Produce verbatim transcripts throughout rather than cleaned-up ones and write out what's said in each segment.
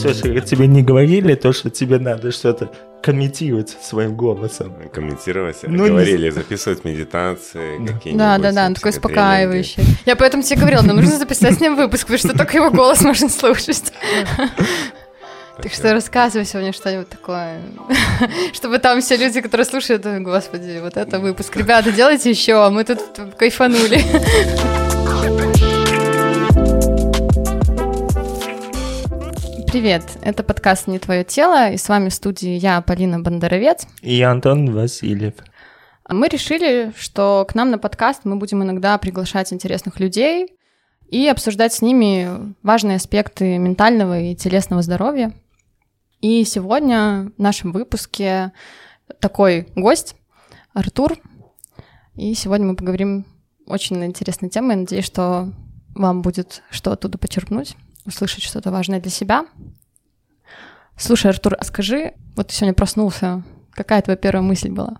Слушай, тебе не говорили то, что тебе надо что-то комментировать своим голосом? Комментировать? Ну, говорили, не... записывать медитации да. какие-нибудь. Да, да, да, он такой успокаивающий. Я поэтому тебе говорила, нам нужно записать с ним выпуск, потому что только его голос можно слушать. Так что рассказывай сегодня что-нибудь такое, чтобы там все люди, которые слушают, господи, вот это выпуск. Ребята, делайте еще, мы тут кайфанули. Привет, это подкаст «Не твое тело», и с вами в студии я, Полина Бондаровец. И Антон Васильев. Мы решили, что к нам на подкаст мы будем иногда приглашать интересных людей и обсуждать с ними важные аспекты ментального и телесного здоровья. И сегодня в нашем выпуске такой гость, Артур. И сегодня мы поговорим очень на интересной теме. Я надеюсь, что вам будет что оттуда почерпнуть, услышать что-то важное для себя. Слушай, Артур, а скажи, вот ты сегодня проснулся, какая твоя первая мысль была?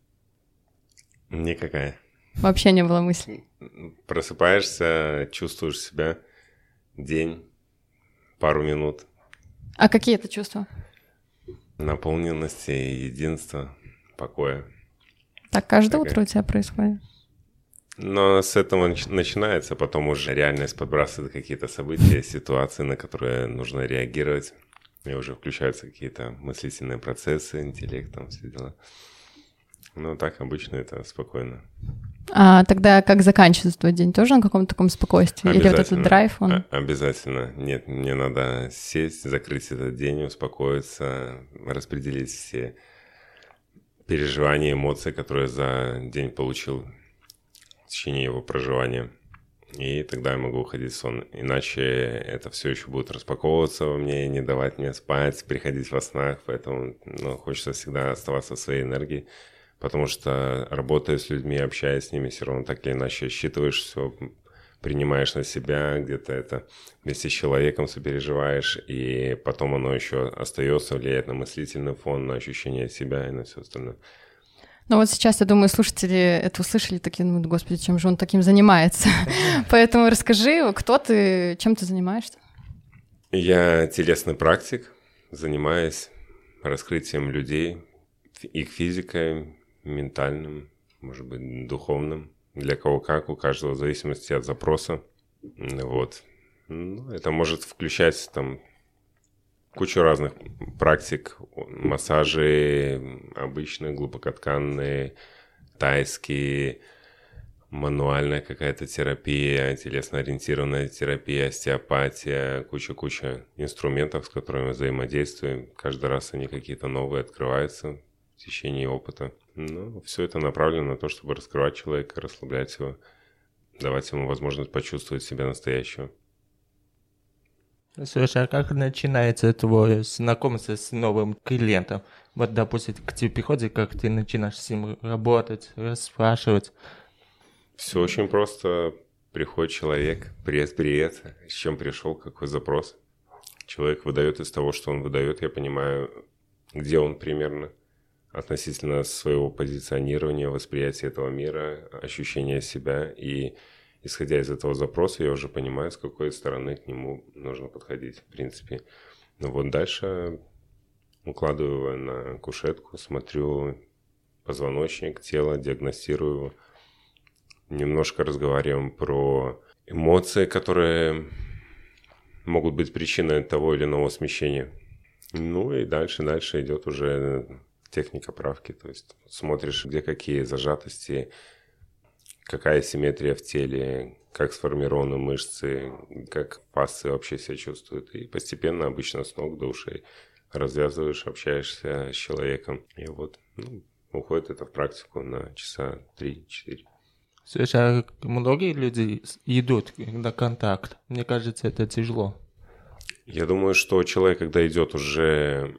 Никакая. Вообще не было мысли? Просыпаешься, чувствуешь себя день, пару минут. А какие это чувства? Наполненности, единства, покоя. Так каждое Такая. утро у тебя происходит? Но с этого начинается, потом уже реальность подбрасывает какие-то события, ситуации, на которые нужно реагировать. И уже включаются какие-то мыслительные процессы, интеллект, там все дела. Но так обычно это спокойно. А тогда как заканчивается твой день? Тоже на каком-то таком спокойствии? Или вот этот драйв, он... А- обязательно. Нет, мне надо сесть, закрыть этот день, успокоиться, распределить все переживания, эмоции, которые за день получил в течение его проживания. И тогда я могу уходить в сон. Иначе это все еще будет распаковываться во мне, не давать мне спать, приходить во снах. Поэтому ну, хочется всегда оставаться в своей энергии. Потому что, работая с людьми, общаясь с ними, все равно так или иначе считываешь все, принимаешь на себя, где-то это вместе с человеком сопереживаешь, и потом оно еще остается, влияет на мыслительный фон, на ощущение себя и на все остальное. Ну вот сейчас, я думаю, слушатели это услышали, такие, ну, господи, чем же он таким занимается? Поэтому расскажи, кто ты, чем ты занимаешься? Я телесный практик, занимаюсь раскрытием людей, их физикой, ментальным, может быть, духовным. Для кого как, у каждого в зависимости от запроса. Вот. Ну, это может включать там кучу разных практик. Массажи обычные, глубокотканные, тайские, мануальная какая-то терапия, телесно-ориентированная терапия, остеопатия, куча-куча инструментов, с которыми мы взаимодействуем. Каждый раз они какие-то новые открываются в течение опыта. Ну, все это направлено на то, чтобы раскрывать человека, расслаблять его, давать ему возможность почувствовать себя настоящего. Слушай, а как начинается твое знакомство с новым клиентом? Вот, допустим, к тебе приходит, как ты начинаешь с ним работать, расспрашивать? Все очень просто. Приходит человек, привет-привет, с чем пришел, какой запрос. Человек выдает из того, что он выдает, я понимаю, где он примерно относительно своего позиционирования, восприятия этого мира, ощущения себя. И исходя из этого запроса, я уже понимаю, с какой стороны к нему нужно подходить, в принципе. Ну вот дальше укладываю его на кушетку, смотрю позвоночник, тело, диагностирую его. Немножко разговариваем про эмоции, которые могут быть причиной того или иного смещения. Ну и дальше, дальше идет уже техника правки. То есть смотришь, где какие зажатости, какая симметрия в теле, как сформированы мышцы, как фасции вообще себя чувствуют. И постепенно, обычно с ног до ушей, развязываешь, общаешься с человеком. И вот ну, уходит это в практику на часа три-четыре. Слушай, а многие люди идут на контакт? Мне кажется, это тяжело. Я думаю, что человек, когда идет уже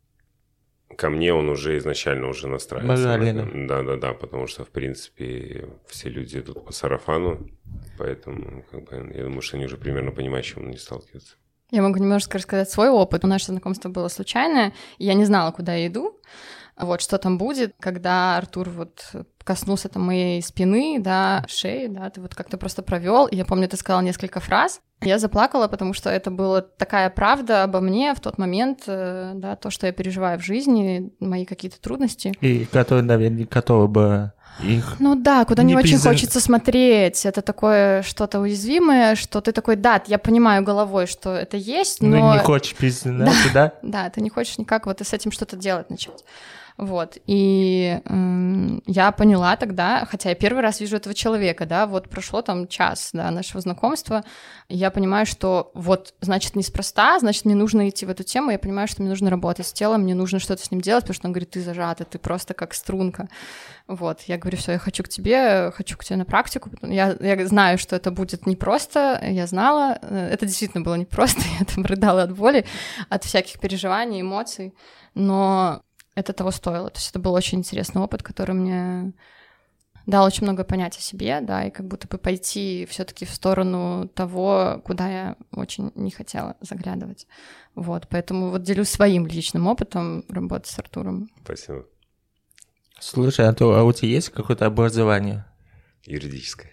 ко мне, он уже изначально уже настраивается. Да-да-да, потому что, в принципе, все люди идут по сарафану, поэтому как бы, я думаю, что они уже примерно понимают, с чем они сталкиваются. Я могу немножко рассказать свой опыт. Наше знакомство было случайное, и я не знала, куда я иду. вот, что там будет, когда Артур вот коснулся там моей спины, да, шеи, да, ты вот как-то просто провел. Я помню, ты сказала несколько фраз. Я заплакала, потому что это была такая правда обо мне в тот момент, да, то, что я переживаю в жизни, мои какие-то трудности. И которые, наверное, не готовы бы их... Ну да, куда не, не очень призна... хочется смотреть. Это такое что-то уязвимое, что ты такой, да, я понимаю головой, что это есть, но... Ну не хочешь признаться, да? Да, ты не хочешь никак вот с этим что-то делать начать. Вот, и э, я поняла тогда, хотя я первый раз вижу этого человека, да, вот прошло там час, да, нашего знакомства, и я понимаю, что вот, значит, неспроста, значит, мне нужно идти в эту тему, я понимаю, что мне нужно работать с телом, мне нужно что-то с ним делать, потому что он говорит, ты зажата, ты просто как струнка, вот, я говорю, все, я хочу к тебе, хочу к тебе на практику, я, я знаю, что это будет непросто, я знала, это действительно было непросто, я там рыдала от боли, от всяких переживаний, эмоций, но... это того стоило. То есть это был очень интересный опыт, который мне дал очень много понять о себе, да, и как будто бы пойти все-таки в сторону того, куда я очень не хотела заглядывать. Вот, поэтому вот делюсь своим личным опытом работы с Артуром. Спасибо. Слушай, Артур, а у тебя есть какое-то образование? Юридическое.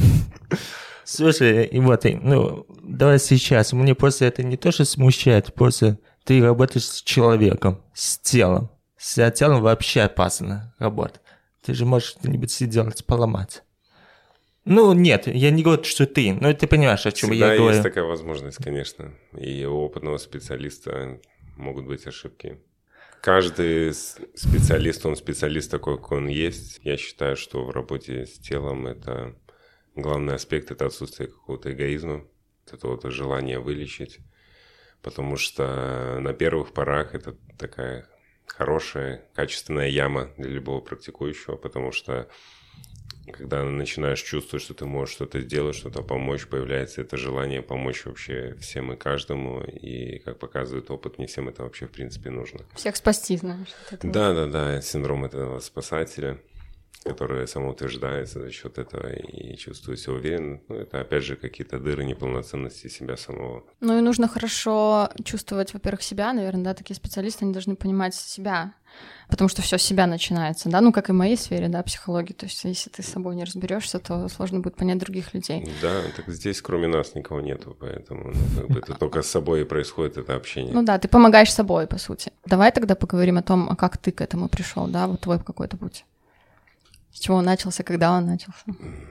Слушай, и вот, ну, давай сейчас. Мне просто это не то, что смущает, просто ты работаешь с человеком, с телом. С телом вообще опасно работать. Ты же можешь что-нибудь сделать, поломаться. Ну, нет, я не говорю, что ты, но ты понимаешь, о чем Всегда я говорю. есть такая возможность, конечно. И у опытного специалиста могут быть ошибки. Каждый специалист, он специалист такой, как он есть. Я считаю, что в работе с телом это главный аспект, это отсутствие какого-то эгоизма, какого-то желания вылечить. Потому что на первых порах это такая... хорошая, качественная яма для любого практикующего, потому что когда начинаешь чувствовать, что ты можешь что-то сделать, что-то помочь, появляется это желание помочь вообще всем и каждому, и, как показывает опыт, не всем это вообще в принципе нужно. Всех спасти, знаешь. Да-да-да, синдром этого спасателя, который самоутверждается за счет этого и чувствует себя уверенно. Ну, это, опять же, какие-то дыры неполноценности себя самого. Ну и нужно хорошо чувствовать, во-первых, себя, наверное, да, такие специалисты, они должны понимать себя, потому что все с себя начинается, да, ну, как и в моей сфере, да, психологии, то есть если ты с собой не разберешься, то сложно будет понять других людей. Да, так здесь кроме нас никого нету, поэтому ну, как бы это только с собой и происходит это общение. Ну да, ты помогаешь собой, по сути. Давай тогда поговорим о том, а как ты к этому пришел, да, вот твой какой-то путь. С чего он начался, когда он начался?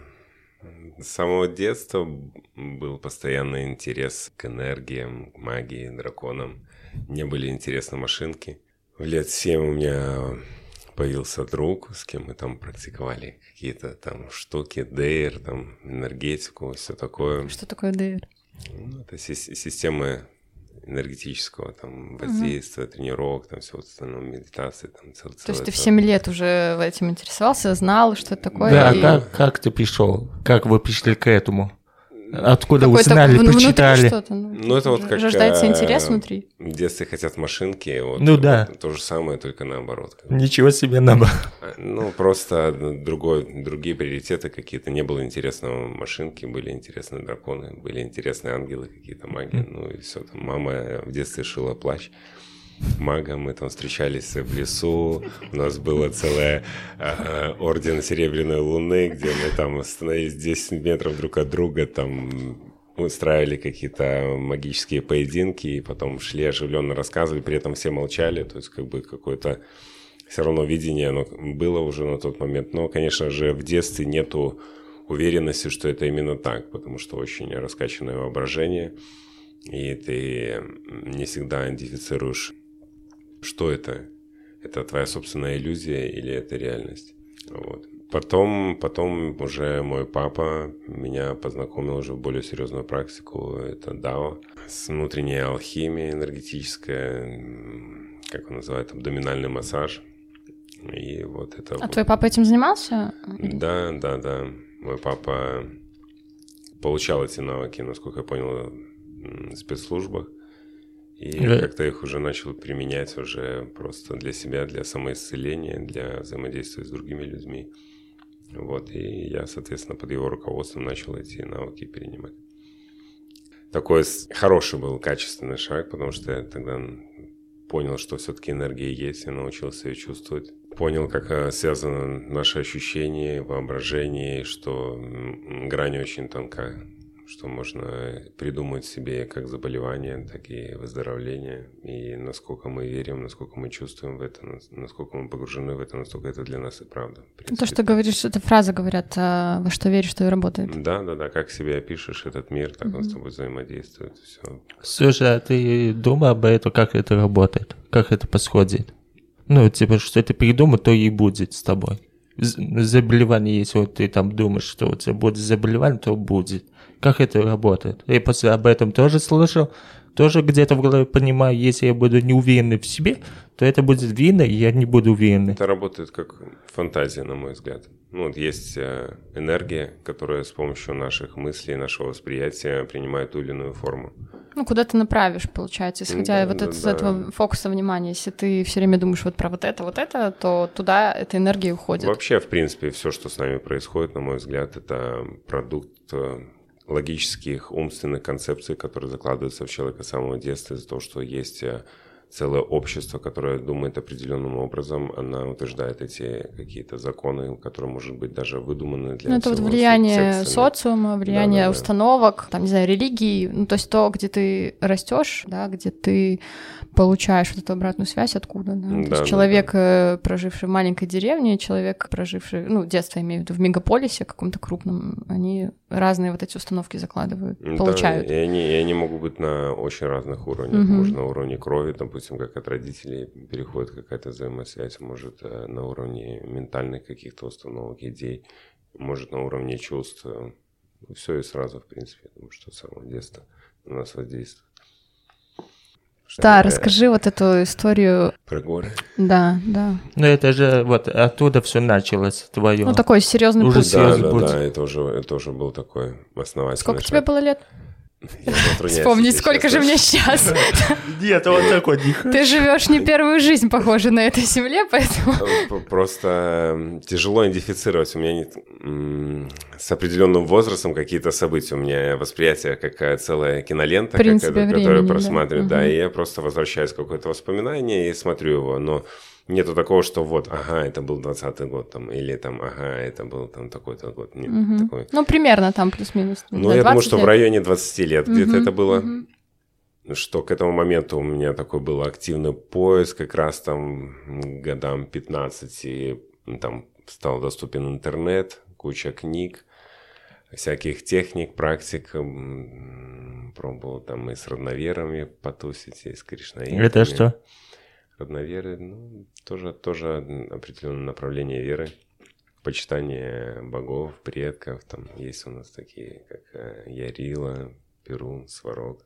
С самого детства был постоянный интерес к энергиям, к магии, драконам. Мне были интересны машинки. В лет семь у меня появился друг, с кем мы там практиковали какие-то там штуки, дейр, там энергетику, все такое. Что такое дейр? Ну, это си- системы энергетического там воздействия, угу. тренировок, там всего остального, медитации. Там, цел, То есть ты в семь лет уже этим интересовался, знал, что это такое? Да, и... как, как ты пришел? Как вы пришли к этому? Откуда Какой-то вы знали, в- почитали? Что-то, ну, Ну, это вот как... Рождается э, интерес внутри. В детстве хотят машинки, вот, Ну да. вот то же самое, только наоборот. как бы. Ничего себе, наоборот. Ну, просто другой, другие приоритеты какие-то. Не было интересно машинки, были интересны драконы, были интересны ангелы, какие-то маги. Ну и все. Там мама в детстве шила плащ мага, мы там встречались в лесу, у нас было целое э, орден Серебряной Луны, где мы там становились десять метров друг от друга, там устраивали какие-то магические поединки, и потом шли оживленно рассказывали, при этом все молчали, то есть как бы какое-то все равно видение оно было уже на тот момент, но, конечно же, в детстве нету уверенности, что это именно так, потому что очень раскачанное воображение, и ты не всегда идентифицируешь, что это. Это твоя собственная иллюзия или это реальность. Вот. Потом, потом уже мой папа меня познакомил уже в более серьезную практику. Это дао. С внутренней алхимией энергетической, как он называет, абдоминальный массаж. И вот это... А вот. твой папа этим занимался? Да, да, да. Мой папа получал эти навыки, насколько я понял, в спецслужбах. И Yeah. как-то их уже начал применять уже просто для себя, для самоисцеления, для взаимодействия с другими людьми. Вот, и я, соответственно, под его руководством начал эти навыки перенимать. Такой хороший был, качественный шаг, потому что я тогда понял, что все-таки энергия есть, я научился ее чувствовать. Понял, как связано наши ощущения, воображение, что грань очень тонка, что можно придумать себе как заболевание, так и выздоровление. И насколько мы верим, насколько мы чувствуем в это, насколько мы погружены в это, настолько это для нас и правда. Принципе, то, что говоришь, это фраза говорят, во что веришь, что и работает. Да, да, да, как себе опишешь этот мир, так mm-hmm. он с тобой взаимодействует. Все. Слушай, а ты думал об этом, как это работает, как это происходит? Ну, типа, что ты придумал, то и будет с тобой. Заболевание, если вот ты там думаешь, что у тебя будет заболевание, то будет. Как это работает? Я после об этом тоже слышал, тоже где-то в голове понимаю, если я буду не уверенный в себе, то это будет видно, и я не буду уверенный. Это работает как фантазия, на мой взгляд. Ну, вот есть энергия, которая с помощью наших мыслей, нашего восприятия принимает ту или иную форму. Ну, куда ты направишь, получается, исходя да, вот да, это, да. с этого фокуса внимания. Если ты все время думаешь вот про вот это, вот это, то туда эта энергия уходит. Вообще, в принципе, все, что с нами происходит, на мой взгляд, это продукт логических, умственных концепций, которые закладываются в человека с самого детства из-за того, что есть целое общество, которое думает определенным образом, она утверждает эти какие-то законы, которые, может быть, даже выдуманы для ну, это вот влияние социума, влияние да, да, установок, да. там, не знаю, религии, ну, то есть то, где ты растешь, да, где ты получаешь вот эту обратную связь откуда, да. Да, то есть да, человек, да. проживший в маленькой деревне, человек, проживший, ну, детство имею в виду, в мегаполисе каком-то крупном, они разные вот эти установки закладывают, да, получают. И они, и они могут быть на очень разных уровнях. Угу. Может, на уровне крови, допустим, как от родителей переходит какая-то взаимосвязь, может, на уровне ментальных каких-то установок, идей, может, на уровне чувств. Все и сразу, в принципе, потому что с самого детства на нас воздействует. Да, расскажи вот эту историю. Про горы? Да, да. Ну, это же вот оттуда все началось, твое. Ну, такой серьезный уже путь. Да, да, путь. да, это уже, это уже был такой основательный Сколько шаг. тебе было лет? Вспомнить, сколько же мне сейчас. Нет, он такой не Ты живешь не первую жизнь, похоже, на этой земле, поэтому... Просто тяжело идентифицировать. У меня нет с определенным возрастом какие-то события. У меня восприятие как целая кинолента, которую просматриваю. Да, и я просто возвращаюсь в какое-то воспоминание и смотрю его, но... Нету такого, что вот, ага, это был двадцатый год, там, или там, ага, это был там такой-то год. Нет, угу. такой. Ну, примерно там плюс-минус. Ну, я думаю, что лет. В районе двадцати лет угу, где-то это было. Угу. Что к этому моменту у меня такой был активный поиск, как раз там годам пятнадцати, там стал доступен интернет, куча книг, всяких техник, практик. Пробовал там и с родноверами потусить, и с кришнаитами. Это что? Родноверы, ну, тоже, тоже определенное направление веры, почитание богов, предков, там есть у нас такие, как Ярила, Перун, Сварог.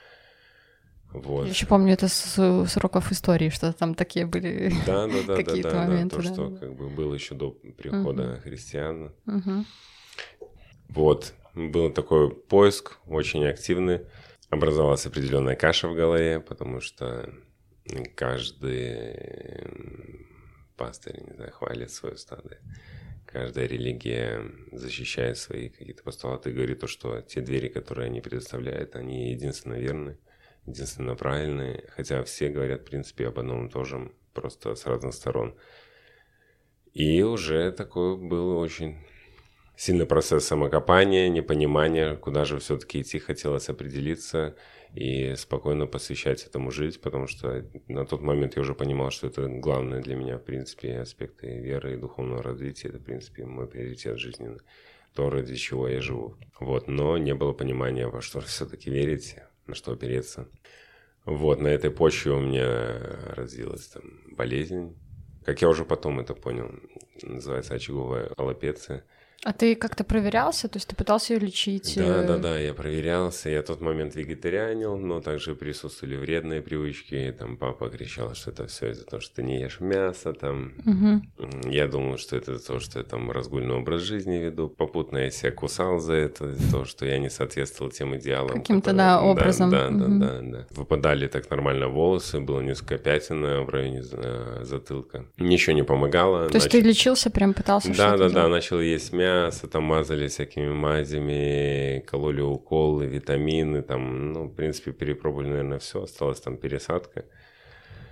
Вот. Я еще помню это с, с уроков истории, что там такие были да, да, да, какие-то да, да, моменты. Да, то, да, что да. как бы было еще до прихода uh-huh. христиан. Uh-huh. Вот, был такой поиск, очень активный. Образовалась определенная каша в голове, потому что каждый пастырь, не знаю, хвалит свое стадо. Каждая религия защищает свои какие-то постулаты и говорит то, что те двери, которые они предоставляют, они единственно верны, единственно правильные. Хотя все говорят, в принципе, об одном и том же, просто с разных сторон. И уже такой был очень сильный процесс самокопания, непонимания, куда же все-таки идти, хотелось определиться и спокойно посвящать этому жизнь, потому что на тот момент я уже понимал, что это главное для меня, в принципе, аспекты веры и духовного развития, это, в принципе, мой приоритет жизненный, то, ради чего я живу. Вот, но не было понимания, во что все-таки верить, на что опереться. Вот, на этой почве у меня развилась там болезнь, как я уже потом это понял, называется очаговая аллопеция. А ты как-то проверялся? То есть ты пытался ее лечить? Да, да, да, я проверялся. Я в тот момент вегетарианил, но также присутствовали вредные привычки. Там папа кричал, что это все из-за того, что ты не ешь мясо. Там. Угу. Я думал, что это из-за того, что я там разгульный образ жизни веду. Попутно я себя кусал за это, из-за того, что я не соответствовал тем идеалам. Каким-то, которые... да, образом. Да, да, угу. да, да, да. Выпадали так нормально волосы, было несколько пятен в районе затылка. Ничего не помогало. То есть Нач... ты лечился, прям пытался да, что-то Да, да, делать? да, начал есть мясо. Мясо, там мазали всякими мазями, кололи уколы, витамины, там, ну, в принципе, перепробовали, наверное, все, осталась там пересадка.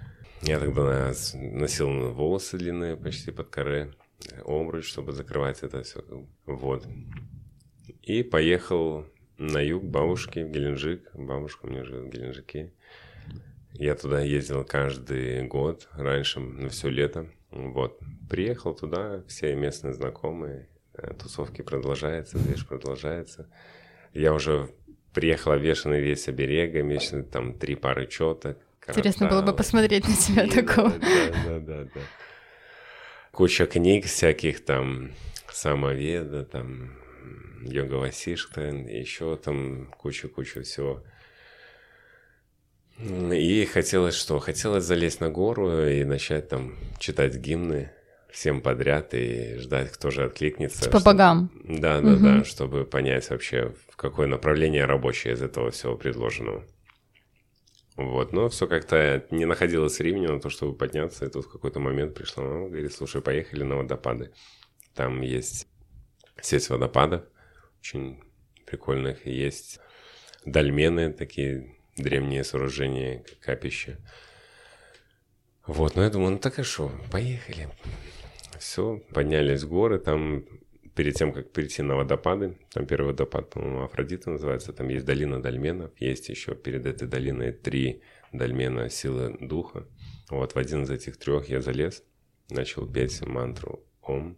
Я тогда носил волосы длинные, почти под каре, обруч, чтобы закрывать это все. Вот. И поехал на юг бабушки в Геленджик. Бабушка у меня живет в Геленджике. Я туда ездил каждый год, раньше, на все лето. Вот. Приехал туда, все местные знакомые. Тусовки продолжаются, движ продолжается. Я уже приехал обвешанный весь оберегами, там три пары четок. Интересно было бы посмотреть на тебя такого. Да, да, да, да. Куча книг всяких там, самоведа, там, йога Васишта, еще там куча-куча всего. И хотелось что? Хотелось залезть на гору и начать там читать гимны всем подряд и ждать, кто же откликнется. По богам. Да, да, угу. да, чтобы понять вообще, в какое направление рабочее из этого всего предложенного. Вот, но все как-то не находилось времени на то, чтобы подняться, и тут в какой-то момент пришла мама, говорит, слушай, поехали на водопады. Там есть сеть водопадов, очень прикольных, и есть дольмены, такие древние сооружения, капища. Вот, ну я думаю, ну так и шо, поехали. Все, поднялись в горы, там перед тем, как перейти на водопады, там первый водопад, по-моему, Афродита называется, там есть долина дольменов, есть еще перед этой долиной три дольмена силы духа. Вот в один из этих трех я залез, начал петь мантру Ом.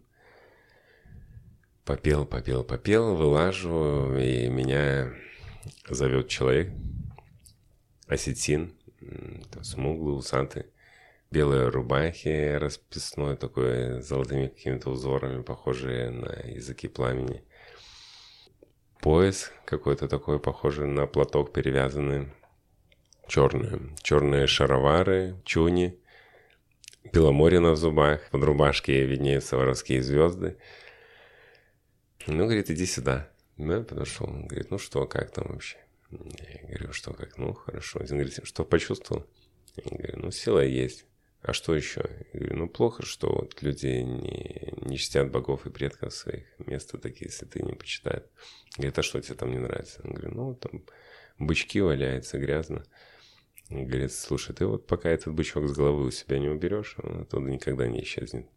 Попел, попел, попел, вылажу, и меня зовет человек, осетин, смуглый, усатый, белой рубахе расписной, такой с золотыми какими-то узорами, похожие на языки пламени. Пояс какой-то такой, похожий на платок перевязанный. Черные. Черные шаровары, чуни, беломорина в зубах, под рубашкой виднеются воровские звезды. Ну, говорит, иди сюда. Ну, я подошел. Он говорит, ну что, как там вообще? Я говорю, что, как? Ну, хорошо. Он говорит, что почувствовал? Я говорю, ну, сила есть. А что еще? Я говорю, ну, плохо, что вот люди не, не чтят богов и предков своих. Места такие святые не почитают. Говорит, а что тебе там не нравится? Я говорю, ну, там бычки валяются, грязно. Он говорит, слушай, ты вот пока этот бычок с головы у себя не уберешь, он оттуда никогда не исчезнет.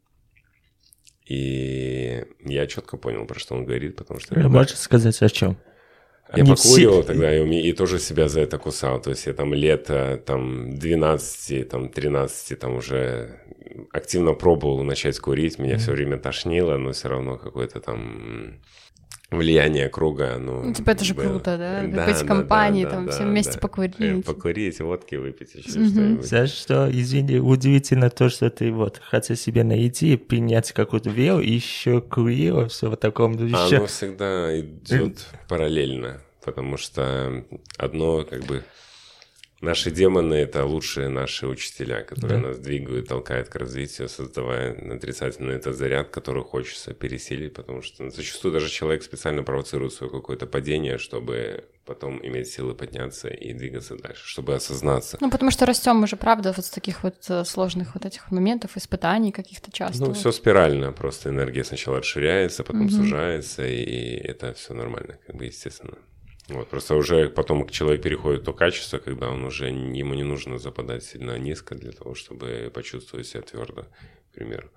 И я четко понял, про что он говорит, потому что... Можешь сказать, о чем? Я не покуривал все... тогда и, и тоже себя за это кусал. То есть я там лет там, двенадцать, там, тринадцать там уже активно пробовал начать курить. Меня mm-hmm. все время тошнило, но все равно какое-то там влияние круга. Ну, ну типа это же было. Круто, да? Да, Быть в да, компании, да, там да, все да, вместе да. покурить. Покурить, водки выпить, еще mm-hmm. что-нибудь. Знаешь что, извини, удивительно то, что ты вот хотел себе найти, принять какую-то веру, и еще курила, все в таком духе. Оно всегда идет параллельно, потому что одно как бы... Наши демоны — это лучшие наши учителя, которые да. нас двигают, толкают к развитию, создавая отрицательный этот заряд, который хочется пересилить, потому что зачастую даже человек специально провоцирует свое какое-то падение, чтобы потом иметь силы подняться и двигаться дальше, чтобы осознаться. Ну, потому что растем мы же, правда, вот с таких вот сложных вот этих моментов, испытаний каких-то часто. Ну, вот. Все спирально, просто энергия сначала расширяется, потом угу. сужается, и это все нормально, как бы естественно. Вот, просто уже потом человек переходит в то качество, когда он уже, ему не нужно западать сильно низко для того, чтобы почувствовать себя твердо, к примеру.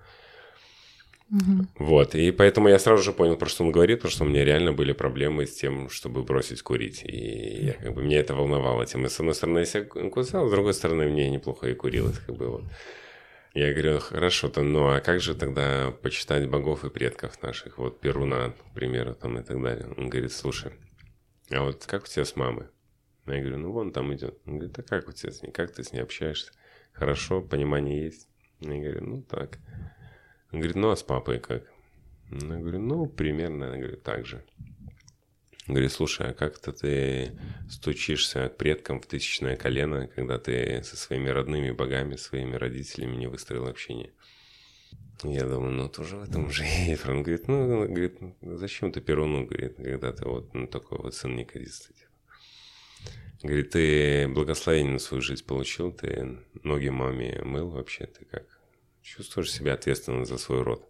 Угу. Вот, и поэтому я сразу же понял, про что он говорит, потому что у меня реально были проблемы с тем, чтобы бросить курить. И я, как бы, меня это волновало. Тем, и с одной стороны, я себя кусал, с другой стороны, мне неплохо и курилось. Как бы, вот. Я говорю, хорошо, то, ну а как же тогда почитать богов и предков наших, вот Перуна, к примеру, там и так далее. Он говорит, слушай, а вот как у тебя с мамой? Я говорю, ну вон там идет. Он говорит, а как у тебя с ней? Как ты с ней общаешься? Хорошо, понимание есть? Я говорю, ну так. Он говорит, ну а с папой как? Я говорю, ну примерно, я говорю, так же. Он говорит, слушай, а как-то ты стучишься к предкам в тысячное колено, когда ты со своими родными богами, своими родителями не выстроил общение? Я думаю, ну тоже в этом уже есть. Он говорит, ну, говорит, зачем ты Перуну, говорит, когда ты вот ну, такой вот сын неказистый. Говорит, ты благословение на свою жизнь получил, ты ноги маме мыл вообще, ты как? Чувствуешь себя ответственным за свой род?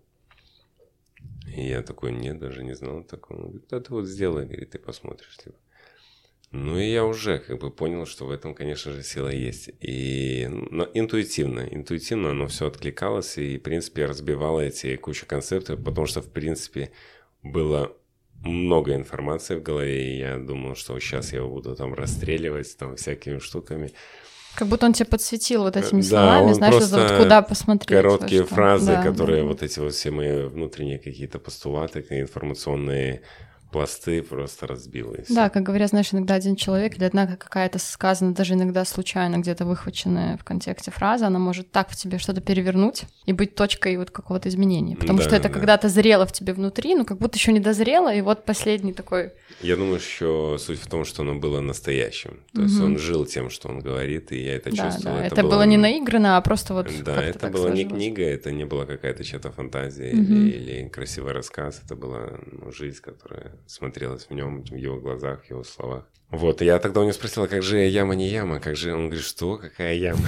И я такой, нет, даже не знал такого. Он говорит, да ты вот сделай, говорит, ты посмотришь. Типа. Ну и я уже как бы понял, что в этом, конечно же, сила есть. И ну, интуитивно, интуитивно оно все откликалось, и, в принципе, разбивало эти кучу концептов, потому что, в принципе, было много информации в голове, и я думал, что сейчас я его буду там расстреливать там всякими штуками. Как будто он тебе подсветил вот этими Да, словами, он знаешь, просто вот куда посмотреть. короткие фразы, да, которые да. вот эти вот все мои внутренние какие-то постулаты, информационные пласты просто разбил. И всё. Да, как говорят, знаешь, иногда один человек или одна какая-то сказана, даже иногда случайно где-то выхваченная в контексте фраза, она может так в тебе что-то перевернуть и быть точкой вот какого-то изменения. Потому Да, что это да. когда-то зрело в тебе внутри, ну как будто еще не дозрело, и вот последний такой... Я думаю, еще суть в том, что оно было настоящим. То Мгм. есть он жил тем, что он говорит, и я это Да, чувствовал. да, это, было не наиграно, а просто вот Да, как-то это так была не сложилось. книга, это не была какая-то чья-то фантазия Мгм. или, или красивый рассказ. Это была ну, жизнь, которая смотрелась в нем, в его глазах, в его словах. Вот, и я тогда у него спросил, а как же яма не яма? Как же? Он говорит, что? Какая яма?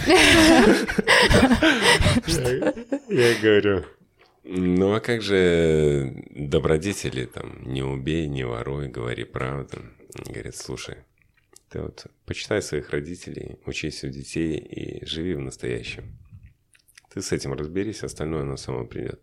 Я говорю, ну а как же добродетели, там, не убей, не воруй, говори правду. Он говорит, слушай, ты вот почитай своих родителей, учись у детей и живи в настоящем. Ты с этим разберись, остальное оно само придет.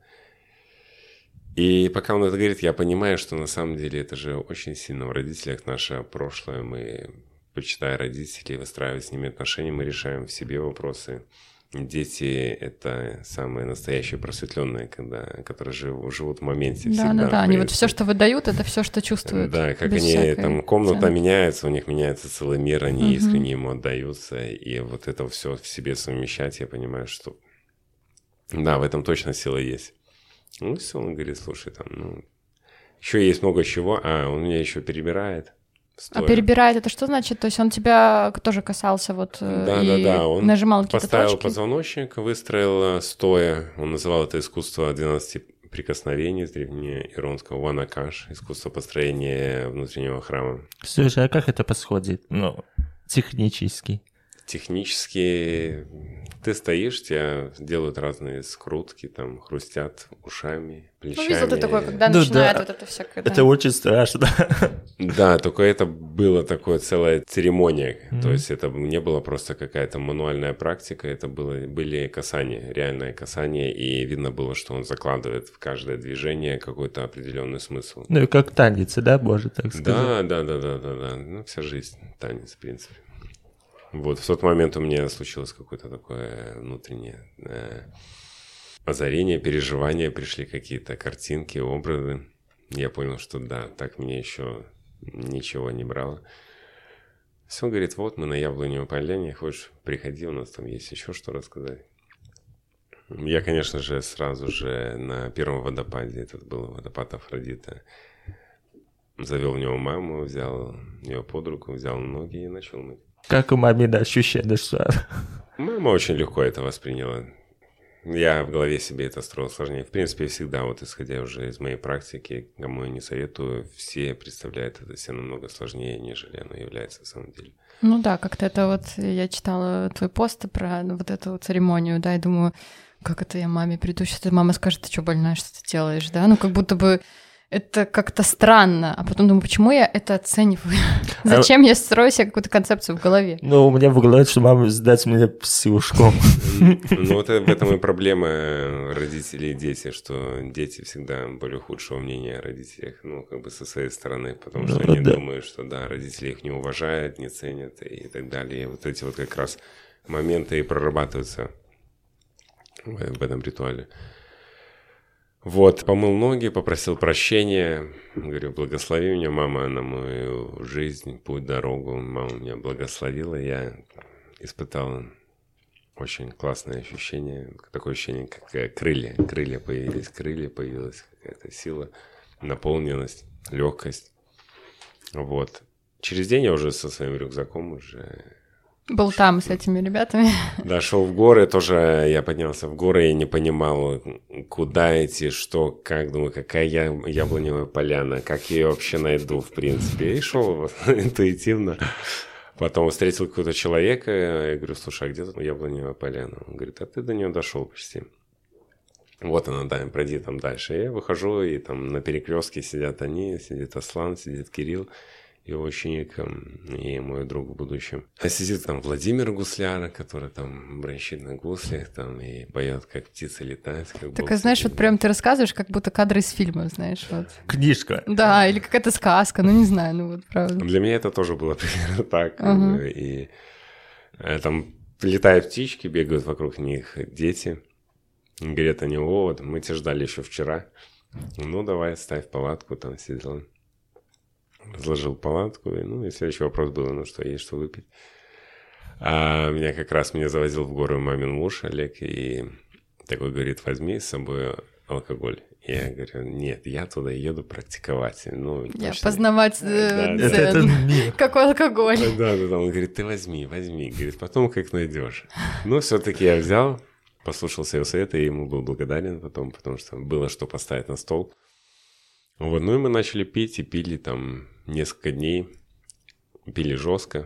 И пока он это говорит, я понимаю, что на самом деле это же очень сильно в родителях наше прошлое. Мы, почитая родителей, выстраивая с ними отношения, мы решаем в себе вопросы. Дети — это самые настоящие просветленные, когда, которые живут, живут в моменте Да, всегда. да, да. Они вот принципе. все, что выдают, это все, что чувствуют. Да, как без они, всякой там, комната цены. меняется, у них меняется целый мир, они Мгм. искренне ему отдаются, и вот это все в себе совмещать, я понимаю, что да, в этом точно сила есть. Ну, все, он говорит, слушай, там, ну, еще есть много чего, а он меня еще перебирает. А стоя. перебирает это что значит? То есть он тебя тоже касался вот э, Да, и да, да, он нажимал какие-то поставил точки? позвоночник, выстроил э, стоя. Он называл это искусство двенадцати прикосновений с древнеиронского ванакаш, искусство построения внутреннего храма. Слушай, а как это подходит? Ну, технически. Технически ты стоишь, тебя делают разные скрутки, там хрустят ушами, Ну, плечами. видел ты такое, когда Ну начинает да. вот это всякое. Это очень страшно. Да, только это была такая целая церемония. Мгм. То есть это не была просто какая-то мануальная практика, это было, были касания, реальное касание, и видно было, что он закладывает в каждое движение какой-то определенный смысл. Ну и как танец, да, можно так сказать? Да, да, да, да, да, да. Ну, вся жизнь танец, в принципе. Вот, в тот момент у меня случилось какое-то такое внутреннее э, озарение, переживания, пришли какие-то картинки, образы. Я понял, что да, так меня еще ничего не брало. Все, говорит, вот мы на Яблоневой поляне, хочешь, приходи, у нас там есть еще что рассказать. Я, конечно же, сразу же на первом водопаде, этот был водопад Афродита, завел в него маму, взял ее под руку, взял ноги и начал мыть. Как у мамы ощущение, что... Мама очень легко это восприняла. Я в голове себе это строил сложнее. В принципе, всегда, вот исходя уже из моей практики, кому я не советую, все представляют это все намного сложнее, нежели оно является на самом деле. Ну да, как-то это вот, я читала твой пост про ну, вот эту церемонию, да, и думаю, как это я маме приду, сейчас мама скажет, ты что, больная, что ты делаешь, да, ну как будто бы это как-то странно, а потом думаю, почему я это оцениваю? Зачем я строю себе какую-то концепцию в голове? Ну, у меня в голове, что мама сдать меня психушком. Ну, вот в этом и проблема родителей и дети, что дети всегда более худшего мнения о родителях, ну, как бы со своей стороны, потому что Ну, они да. думают, что, да, родители их не уважают, не ценят и так далее. И вот эти вот как раз моменты и прорабатываются в, в этом ритуале. Вот, помыл ноги, попросил прощения, говорю, благослови меня, мама, на мою жизнь, путь, дорогу. Мама меня благословила, я испытал очень классное ощущение, такое ощущение, как крылья, крылья появились, крылья появилась какая-то сила, наполненность, легкость. Вот. Через день я уже со своим рюкзаком уже... Был там с этими ребятами. Дошел в горы, тоже я поднялся в горы и не понимал, куда идти, что, как, думаю, какая я, яблоневая поляна, как я ее вообще найду, в принципе. И шел интуитивно. Потом встретил какого-то человека, я говорю, слушай, а где тут яблоневая поляна? Он говорит, а ты до нее дошел почти. Вот она, да, пройди там дальше. Я выхожу, и там на перекрестке сидят они, сидит Аслан, сидит Кирилл. его ученик и мой друг в будущем. А сидит там Владимир Гусляра, который там бренчит на гуслях там и поет, как птица летает. Как так, знаешь, вот прям ты рассказываешь, как будто кадры из фильма, знаешь, вот. Книжка. Да, или какая-то сказка, ну не знаю, ну вот правда. Для меня это тоже было примерно так. Uh-huh. И там летают птички, бегают вокруг них дети. Говорят они: о, вот мы тебя ждали еще вчера. Ну, давай, ставь палатку, там сидел. Разложил палатку, и, ну, и следующий вопрос был: ну, что есть, что выпить. А меня как раз меня завозил в горы мамин муж Олег, и такой говорит: возьми с собой алкоголь. Я говорю: нет, я туда еду практиковать. Ну, я точно. Познавать да, дзен. Это, это мир. Какой алкоголь. Да, да, да. Он говорит: ты возьми, возьми. Говорит: потом как найдешь. Ну, все-таки я взял, послушался его совета, и ему был благодарен потом, потому что было что поставить на стол. Вот, ну и мы начали пить, и пили там несколько дней. Пили жестко.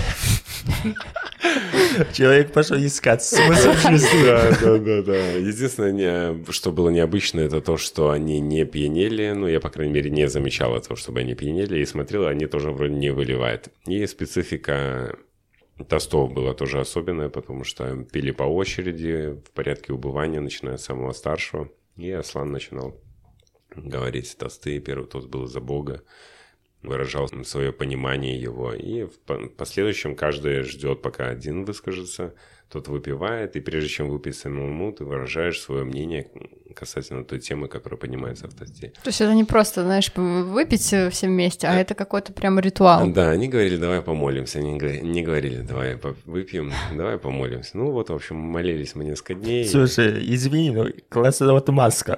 Человек пошел искать смысл жизни. Да, да, да, да. Единственное, что было необычно, это то, что они не пьянели. Ну, я, по крайней мере, не замечал этого, чтобы они пьянели. И смотрел, они тоже вроде не выливают. И специфика тостов была тоже особенная, потому что пили по очереди, в порядке убывания, начиная с самого старшего. И Аслан начинал говорить тосты. Первый тост был за Бога. Выражал свое понимание его. И в последующем каждый ждет, пока один выскажется, тот выпивает, и прежде чем выпить самому, ты выражаешь свое мнение касательно той темы, которая поднимается в тосте. То есть это не просто, знаешь, выпить все вместе, а это какой-то прям ритуал. Да, они говорили: давай помолимся. Они не говорили: давай выпьем, давай помолимся. Ну вот, в общем, молились мы несколько дней. Слушай, извини, но классная вот маска.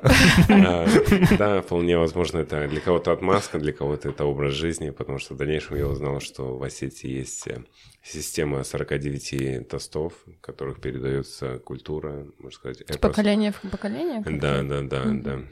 Да, вполне возможно, это для кого-то отмазка, для кого-то это образ жизни, потому что в дальнейшем я узнал, что в Осетии есть система сорок девять тостов, в которых передается культура, можно сказать, эпос. Поколение в поколение? Да, да, да, mm-hmm. да.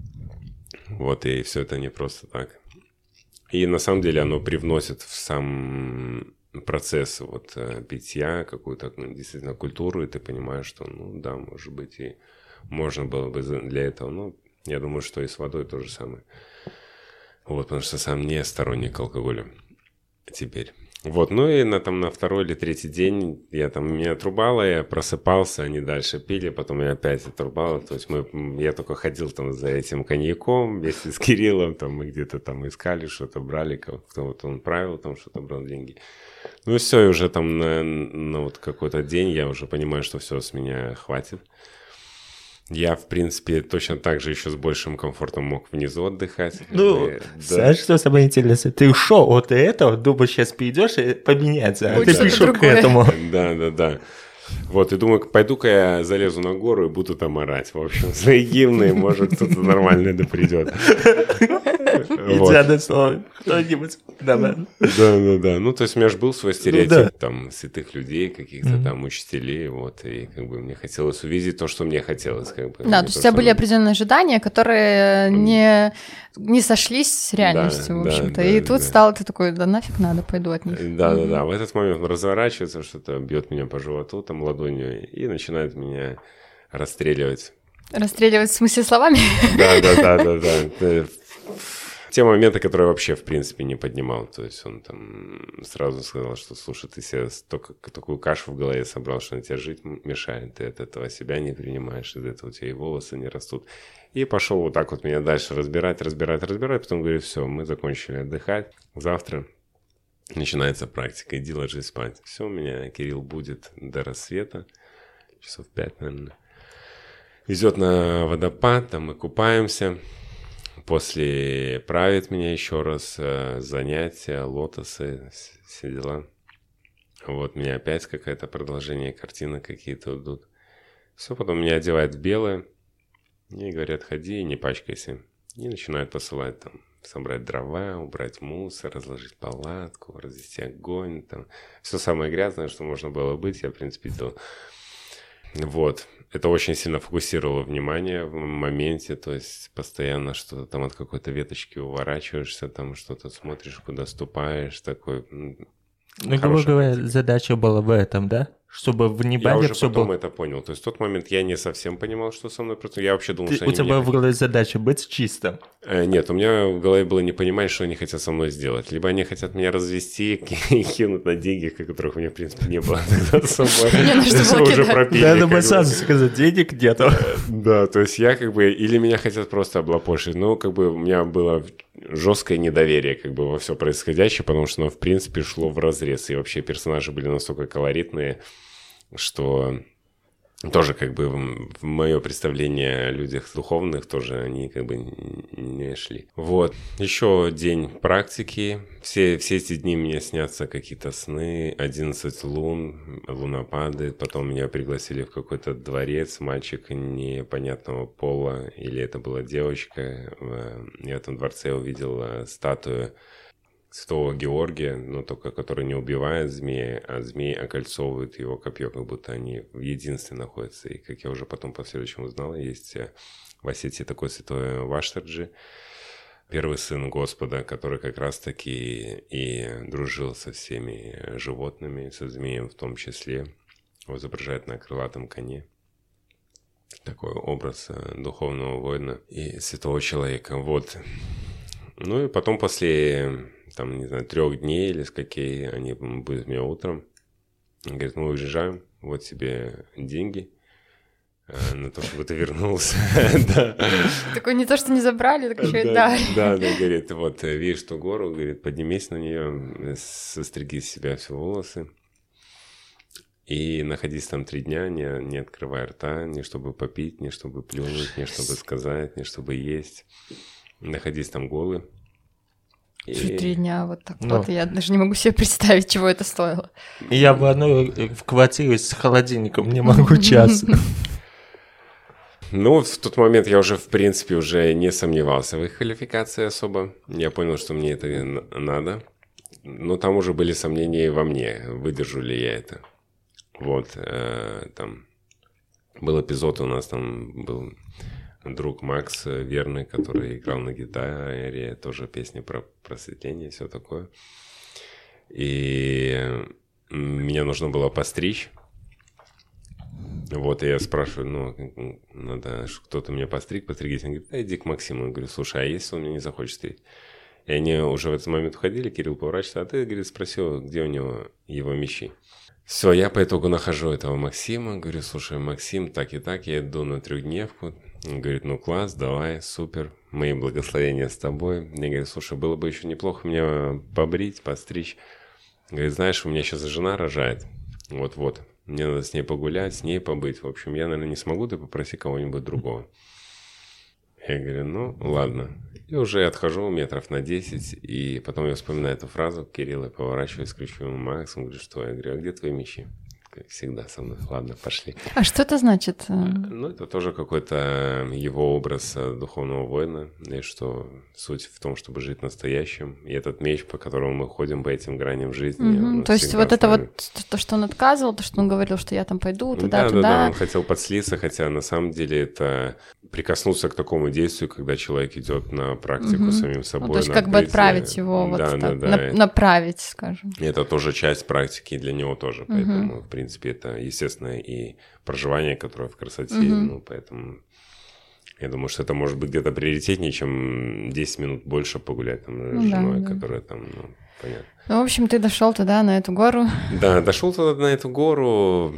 Вот, и все это не просто так. И на самом деле оно привносит в сам процесс вот питья какую-то ну, действительно культуру, и ты понимаешь, что, ну да, может быть, и можно было бы для этого. Ну, я думаю, что и с водой то же самое. Вот, потому что сам не сторонник алкоголя теперь. Вот, ну и на, там, на второй или третий день я там, меня отрубало, я просыпался, они дальше пили, потом я опять отрубало, то есть мы, я только ходил там за этим коньяком вместе с Кириллом, там мы где-то там искали, что-то брали, кто-то он правил, там что-то брал деньги. Ну и все, и уже там на, на вот какой-то день я уже понимаю, что все, с меня хватит. Я, в принципе, точно так же еще с большим комфортом мог внизу отдыхать. Ну, и, да. знаешь, что самое интересное? Ты ушел от этого, думаешь, сейчас придешь и поменяется, а Будет ты что-то пришел к другое. этому. Да, да, да. Вот, и думаю, пойду-ка я залезу на гору и буду там орать. В общем, свои гимны, может, кто-то нормально да придет. Идеальное слово. Кто-нибудь. Да, да. Да, да, да. Ну, то есть у меня же был свой стереотип там святых людей, каких-то там учителей, вот, и как бы мне хотелось увидеть то, что мне хотелось, как бы. Да, то есть у тебя были определенные ожидания, которые не, не сошлись с реальностью, в общем-то. И тут стал ты такой: да нафиг надо, пойду от них. Да, да, да. В этот момент он разворачивается, что-то бьет меня по животу там ладонью и начинает меня расстреливать. Расстреливать в смысле словами? Да, да, да, да, да. Те моменты, которые вообще, в принципе, не поднимал. То есть он там сразу сказал, что, слушай, ты себе столько, такую кашу в голове собрал, что на тебе жить мешает. Ты от этого себя не принимаешь, из-за этого у тебя и волосы не растут. И пошел вот так вот меня дальше разбирать, разбирать, разбирать. Потом говорит: все, мы закончили отдыхать. Завтра начинается практика. Иди ложись спать. Все, меня Кирилл будет до рассвета. Часов пять, наверное. Везет на водопад, там мы купаемся. После правит меня еще раз, занятия, лотосы, все дела. Вот, меня опять какое-то продолжение картины какие-то идут. Все, потом меня одевают в белое. И говорят: ходи и не пачкайся. И начинают посылать там собрать дрова, убрать мусор, разложить палатку, развести огонь. Там. Все самое грязное, что можно было быть, я, в принципе, делал. Вот. Это очень сильно фокусировало внимание в моменте, то есть постоянно что-то там от какой-то веточки уворачиваешься, там что-то смотришь, куда ступаешь, такой... Ну, грубо говоря, задача была в этом, да? чтобы в небе Я уже все потом было... это понял. То есть в тот момент я не совсем понимал, что со мной происходит. Я вообще думал, Ты, что у они тебя меня... была задача быть чистым. Э, Нет, у меня в голове было не понимать, что они хотят со мной сделать. Либо они хотят меня развести и кинуть на деньги, которых у меня, в принципе, не было тогда с собой. Не на что было Уже кидать. пропили. Надо как бы бы. сразу сказать, денег нету. Да, то есть я как бы... Или меня хотят просто облапошить. Ну, как бы у меня было жесткое недоверие как бы во все происходящее, потому что оно, в принципе, шло вразрез. И вообще персонажи были настолько колоритные, что... Тоже как бы в мое представление о людях духовных тоже они как бы не шли. Вот. Еще день практики. Все, все эти дни мне снятся какие-то сны. одиннадцать лун, луна падает. Потом меня пригласили в какой-то дворец. Мальчик непонятного пола. Или это была девочка. В этом дворце я увидел статую Святого Георгия, но только который не убивает змея, а змеи окольцовывают его копье, как будто они в единстве находятся. И как я уже потом в последующем узнал, есть в Осетии такой святой Ваштарджи, первый сын Господа, который как раз-таки и дружил со всеми животными, со змеем в том числе, его изображает на крылатом коне. Такой образ духовного воина и святого человека. Вот. Ну и потом после... там, не знаю, трех дней или с какие они будут меня утром. Он говорит, мы уезжаем, вот тебе деньги на то, чтобы ты вернулся. Такой не то, что не забрали, так еще и Да, дали. да, говорит, вот видишь ту гору, говорит, поднимись на нее, состриги с себя все волосы и находись там три дня, не, не открывая рта, не чтобы попить, не чтобы плюнуть, не чтобы сказать, не чтобы есть. Находись там голый. И... Три дня вот так ну, вот, я даже не могу себе представить, чего это стоило. Я в одной в квартире с холодильником не могу час. Ну, в тот момент я уже, в принципе, уже не сомневался в их квалификации особо. Я понял, что мне это надо. Но там уже были сомнения во мне, выдержу ли я это. Вот, э, там был эпизод у нас, там был... друг Макс верный, который играл на гитаре, тоже песни про просветление и все такое. И меня нужно было постричь. Вот, и я спрашиваю, ну, надо, кто-то меня постриг, постригись. Он говорит, да иди к Максиму. Я говорю, слушай, а если он меня не захочет стричь? И они уже в этот момент уходили, Кирилл поворачивается, а ты, говорит, спросил, где у него его мечи. Все, я по итогу нахожу этого Максима, говорю, слушай, Максим, так и так, я иду на трехдневку. Он говорит, ну класс, давай, супер, мои благословения с тобой. Я говорю, слушай, было бы еще неплохо меня побрить, постричь. Говорит, знаешь, у меня сейчас жена рожает, вот-вот, мне надо с ней погулять, с ней побыть. В общем, я, наверное, не смогу, ты попроси кого-нибудь другого. Я говорю, ну, ладно. И уже отхожу метров на десять, и потом я вспоминаю эту фразу Кирилла, поворачиваюсь, кричу ему, Макс, он говорит, что? Я говорю, а где твои мечи? Как всегда со мной. Ладно, пошли. А что это значит? Ну, это тоже какой-то его образ духовного воина, и что суть в том, чтобы жить настоящим. И этот меч, по которому мы ходим по этим граням жизни. Угу. То есть вот это вот то, что он отказывал, то, что он говорил, что я там пойду туда, да, туда. Да, да, он хотел подслиться, хотя на самом деле это прикоснуться к такому действию, когда человек идет на практику угу. самим собой. Ну, то есть как бы отправить его, вот да, так, да, да. На, направить, скажем. И это тоже часть практики для него тоже, угу. поэтому, в принципе, это естественно и проживание, которое в красоте, угу. ну, поэтому я думаю, что это может быть где-то приоритетнее, чем десять минут больше погулять там с ну, женой, да, которая да. там, ну, понятно. Ну, в общем, ты дошел туда, на эту гору. Да, дошел туда, на эту гору.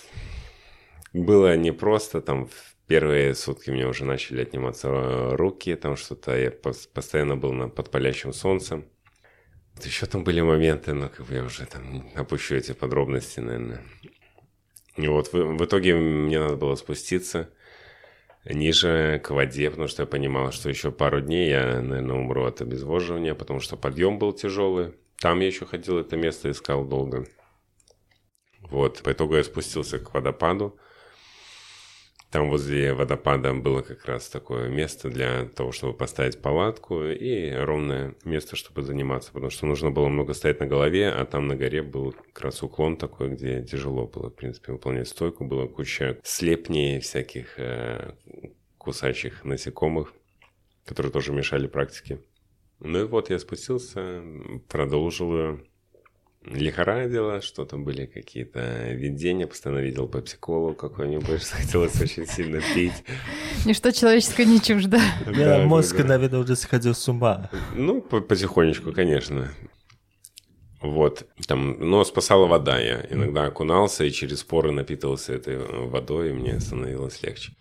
Было непросто, там в первые сутки мне уже начали отниматься руки, там что-то, я постоянно был на, под палящим солнцем. Еще там были моменты, но как бы я уже там опущу эти подробности, наверное. И вот в, в итоге мне надо было спуститься ниже к воде, потому что я понимал, что еще пару дней я, наверное, умру от обезвоживания, потому что подъем был тяжелый. Там я еще ходил, это место искал долго. Вот, по итогу я спустился к водопаду. Там возле водопада было как раз такое место для того, чтобы поставить палатку и ровное место, чтобы заниматься, потому что нужно было много стоять на голове, а там на горе был как раз уклон такой, где тяжело было, в принципе, выполнять стойку. Была куча слепней, всяких э, кусачих насекомых, которые тоже мешали практике. Ну и вот я спустился, продолжил ее. лихорадило, что-то были какие-то видения, постоянно видел пепси-колу какой-нибудь, что хотелось очень сильно пить. Ничто человеческое не чуждо. Да, мозг, наверное, уже сходил с ума. Ну, потихонечку, конечно. Вот, там, но спасала вода. Я иногда окунался и через поры напитывался этой водой, и мне становилось легче.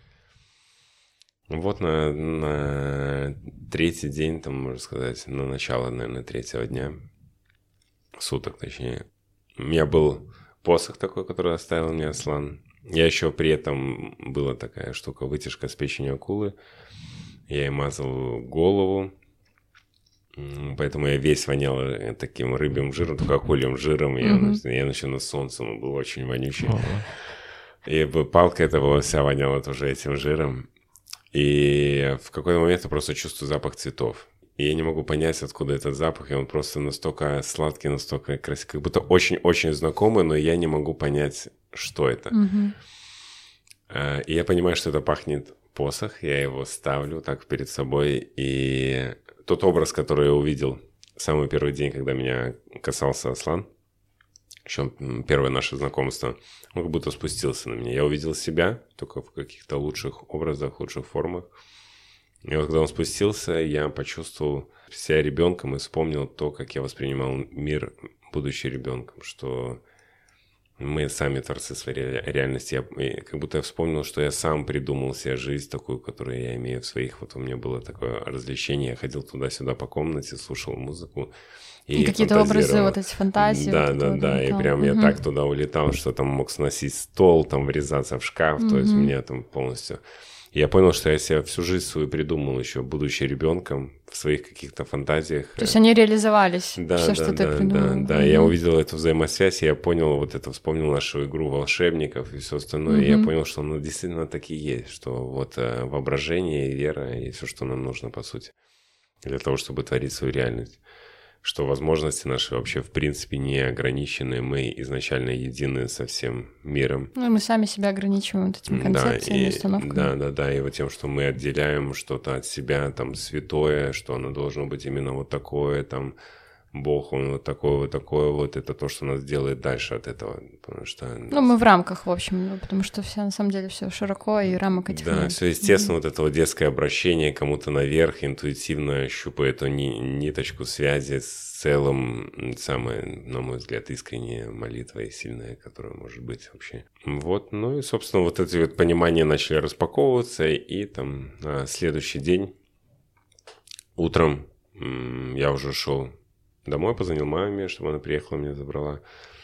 Вот на, на третий день, там, можно сказать, на начало, наверное, третьего дня, суток точнее, у меня был посох такой, который оставил мне Аслан. Я еще при этом, была такая штука, вытяжка с печени акулы. Я ей мазал голову. Поэтому я весь вонял таким рыбьим жиром, только акульим жиром. Mm-hmm. Я, я начал на солнце, он был очень вонючий. Oh. И палка эта была вся воняла тоже этим жиром. И в какой-то момент я просто чувствую запах цветов. И я не могу понять, откуда этот запах. И он просто настолько сладкий, настолько красивый. Как будто очень-очень знакомый, но я не могу понять, что это. Mm-hmm. И я понимаю, что это пахнет посох. Я его ставлю так перед собой. И... Тот образ, который я увидел самый первый день, когда меня касался Аслан, еще первое наше знакомство, он как будто спустился на меня. Я увидел себя только в каких-то лучших образах, лучших формах. И вот когда он спустился, я почувствовал себя ребенком и вспомнил то, как я воспринимал мир, будучи ребенком, что мы сами творцы своей реальности. Я, как будто я вспомнил, что я сам придумал себе жизнь такую, которую я имею в своих. Вот у меня было такое развлечение. Я ходил туда-сюда по комнате, слушал музыку. И, и какие-то образы, вот эти фантазии. Да, вот да, да. Улетал. И прям угу. я так туда улетал, что там мог сносить стол, там врезаться в шкаф. Угу. То есть у меня там полностью... И я понял, что я себе всю жизнь свою придумал еще, будучи ребенком, в своих каких-то фантазиях. То есть они реализовались, да, все, да, что да, ты придумал. Да, да, mm-hmm. я увидел эту взаимосвязь, и я понял вот это, вспомнил нашу игру волшебников и все остальное, mm-hmm. и я понял, что оно действительно так и есть, что вот э, воображение и вера, и все, что нам нужно, по сути, для того, чтобы творить свою реальность. Что возможности наши вообще в принципе не ограничены, мы изначально едины со всем миром. Ну, мы сами себя ограничиваем вот этими концепциями, да, и, установками. Да, да, да, и вот тем, что мы отделяем что-то от себя, там, святое, что оно должно быть именно вот такое, там, Бог, он вот такой, вот такое, вот это то, что нас делает дальше от этого, потому что... Ну, мы в рамках, в общем, ну, потому что все, на самом деле, все широко, и рамок этих да, нет. все естественно, mm-hmm. вот это вот детское обращение кому-то наверх, интуитивно щупая эту ни- ниточку связи с целым, самая, на мой взгляд, искренняя молитва и сильная, которая может быть вообще. Вот, ну и, собственно, вот эти вот понимания начали распаковываться, и там на следующий день утром м- я уже шел домой, позвонил маме, чтобы она приехала, меня забрала.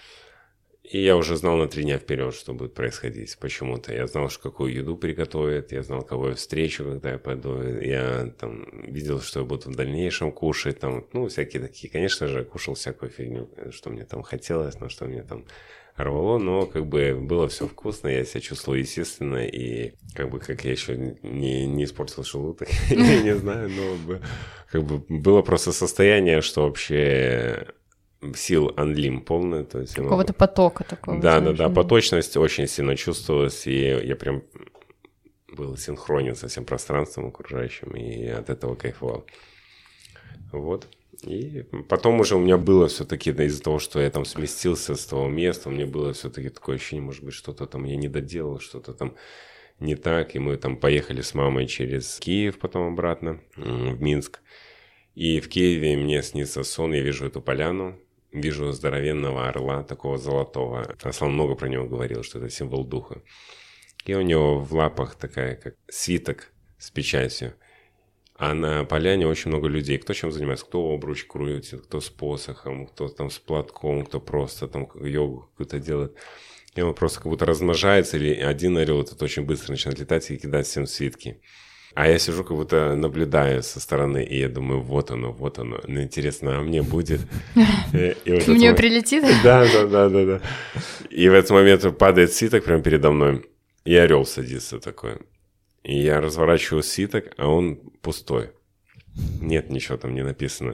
И я уже знал на три дня вперед, что будет происходить почему-то. Я знал, что какую еду приготовят, я знал, кого я встречу, когда я пойду. Я там видел, что я буду в дальнейшем кушать, там, ну, всякие такие. Конечно же, кушал всякую фигню, что мне там хотелось, на что мне там рвало, но как бы было все вкусно, я себя чувствовал естественно, и как бы как я еще не, не испортил желудок, я не знаю, но как бы было просто состояние, что вообще сил анлим полная. То есть какого-то потока такого. Да, да, да, поточность очень сильно чувствовалась, и я прям был синхронен со всем пространством окружающим, и от этого кайфовал. Вот. И потом уже у меня было все-таки, да, из-за того, что я там сместился с того места, у меня было все-таки такое ощущение, может быть, что-то там я не доделал, что-то там не так. И мы там поехали с мамой через Киев, потом обратно в Минск. И в Киеве мне снится сон, я вижу эту поляну, вижу здоровенного орла, такого золотого. Аслан много про него говорил, что это символ духа. И у него в лапах такая, как свиток с печатью. А на поляне очень много людей. Кто чем занимается? Кто обруч крутит, кто с посохом, кто там с платком, кто просто там йогу какую-то делает. И он просто как будто размножается, или один орел этот очень быстро начинает летать и кидать всем свитки. А я сижу, как будто наблюдаю со стороны, и я думаю, вот оно, вот оно. Ну, интересно, а мне будет? Мне прилетит? Да, да, да, да, да. И в этот момент падает свиток прямо передо мной, и орел садится такой. И я разворачиваю свиток, а он пустой. Нет, ничего там не написано.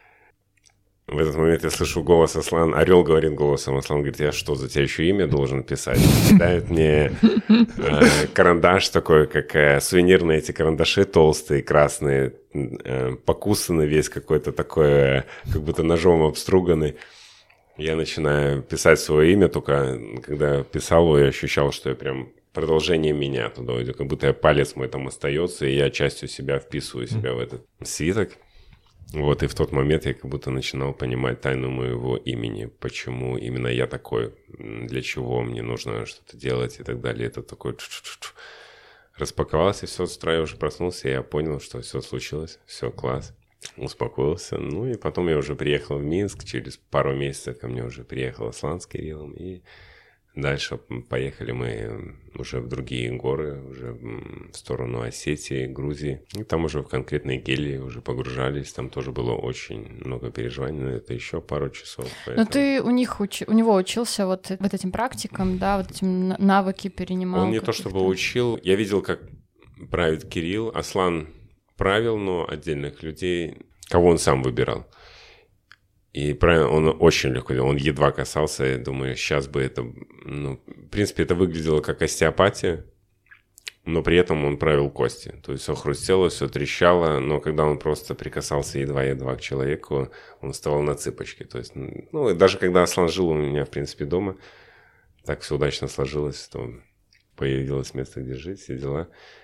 В этот момент я слышу голос Аслана. Орел говорит голосом. Аслан говорит, я что, за тебя еще имя должен писать? Дает мне э, карандаш такой, как э, сувенирные эти карандаши толстые, красные, э, покусанный весь какой-то такой, э, как будто ножом обструганный. Я начинаю писать свое имя, только когда писал его, я ощущал, что я прям продолжение меня туда идет, как будто я, палец мой там остается, и я частью себя вписываю себя в этот свиток. Вот, и в тот момент я как будто начинал понимать тайну моего имени, почему именно я такой, для чего мне нужно что-то делать и так далее. Это такой распаковался, все, с утра я уже проснулся, и я понял, что все случилось, все, класс, успокоился. Ну и потом я уже приехал в Минск, через пару месяцев ко мне уже приехал Аслан с Кириллом, и дальше поехали мы уже в другие горы, уже в сторону Осетии, Грузии. И там уже в конкретные кельи уже погружались. Там тоже было очень много переживаний, но это еще пару часов. Поэтому... Но ты у них уч... у него учился вот, вот этим практикам, да, вот этим навыки перенимал? Он не то чтобы учил. Я видел, как правит Кирилл. Аслан правил, но отдельных людей, кого он сам выбирал. И правильно, он очень легко делал, он едва касался, я думаю, сейчас бы это, ну, в принципе, это выглядело как остеопатия, но при этом он правил кости, то есть все хрустело, все трещало, но когда он просто прикасался едва-едва к человеку, он вставал на цыпочки, то есть, ну, и даже когда Аслан жил у меня, в принципе, дома, так все удачно сложилось, то появилось место, где жить, все дела.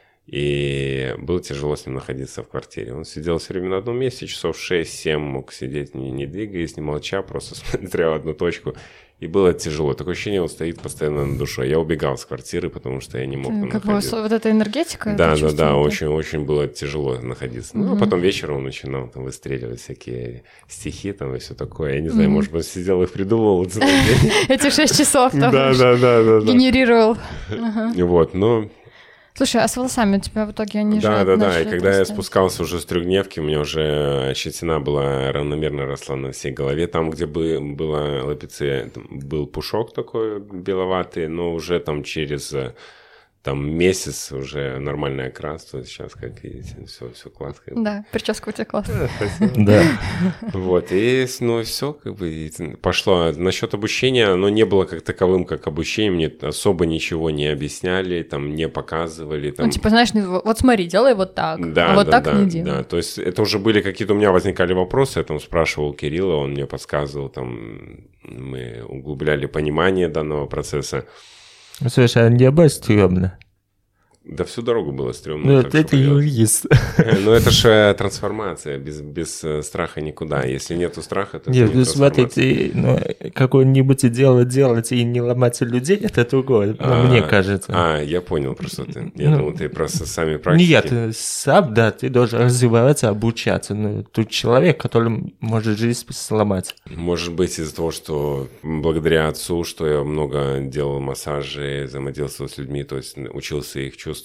И было тяжело с ним находиться в квартире. Он сидел все время на одном месте, часов шесть-семь мог сидеть, не, не двигаясь, не молча, просто смотря в одну точку. И было тяжело. Такое ощущение, он стоит постоянно над душой. Я убегал с квартиры, потому что я не мог там как находиться. Бы вот эта энергетика? Да, это да, да, да? очень-очень было тяжело находиться. Угу. Ну, а потом вечером он начинал там выстреливать всякие стихи там и все такое. Я не знаю, угу. может быть, сидел и придумывал целый день. Эти шесть часов там генерировал. Вот, но... Слушай, а с волосами у тебя в итоге они да, же... Да, да, да, и когда я спускался уже с трехдневки, у меня уже щетина была равномерно росла на всей голове. Там, где бы было лапице, был пушок такой беловатый, но уже там через там месяц уже нормальный окрас. То есть сейчас, как видите, все, все классно. Да, прическа у тебя классная. Да. Вот, и, ну, все, как бы, пошло. Насчет обучения, оно не было как таковым, как обучение. Мне особо ничего не объясняли, там, не показывали. Там... Ну, типа, знаешь, вот смотри, делай вот так, да, а вот да, так да, не делай. Да, то есть это уже были какие-то у меня возникали вопросы, я там спрашивал Кирилла, он мне подсказывал, там, мы углубляли понимание данного процесса. Слушай, а не было стрёмно? Да всю дорогу было стрёмно. Ну, это юрист. Ну, это же трансформация, без, без страха никуда. Если нету страха, то нет, это не ну, смотрите, ну, какое-нибудь дело делать и не ломать людей, это другое, ну, а, мне кажется. А, я понял просто ты. Я ну, думал, ты просто сами практики. Нет, ты сам, да, ты должен развиваться, обучаться. Но тут человек, который может жизнь сломать. Может быть, из-за того, что благодаря отцу, что я много делал массажи, взаимодействовал с людьми, то есть учился их чувствовать.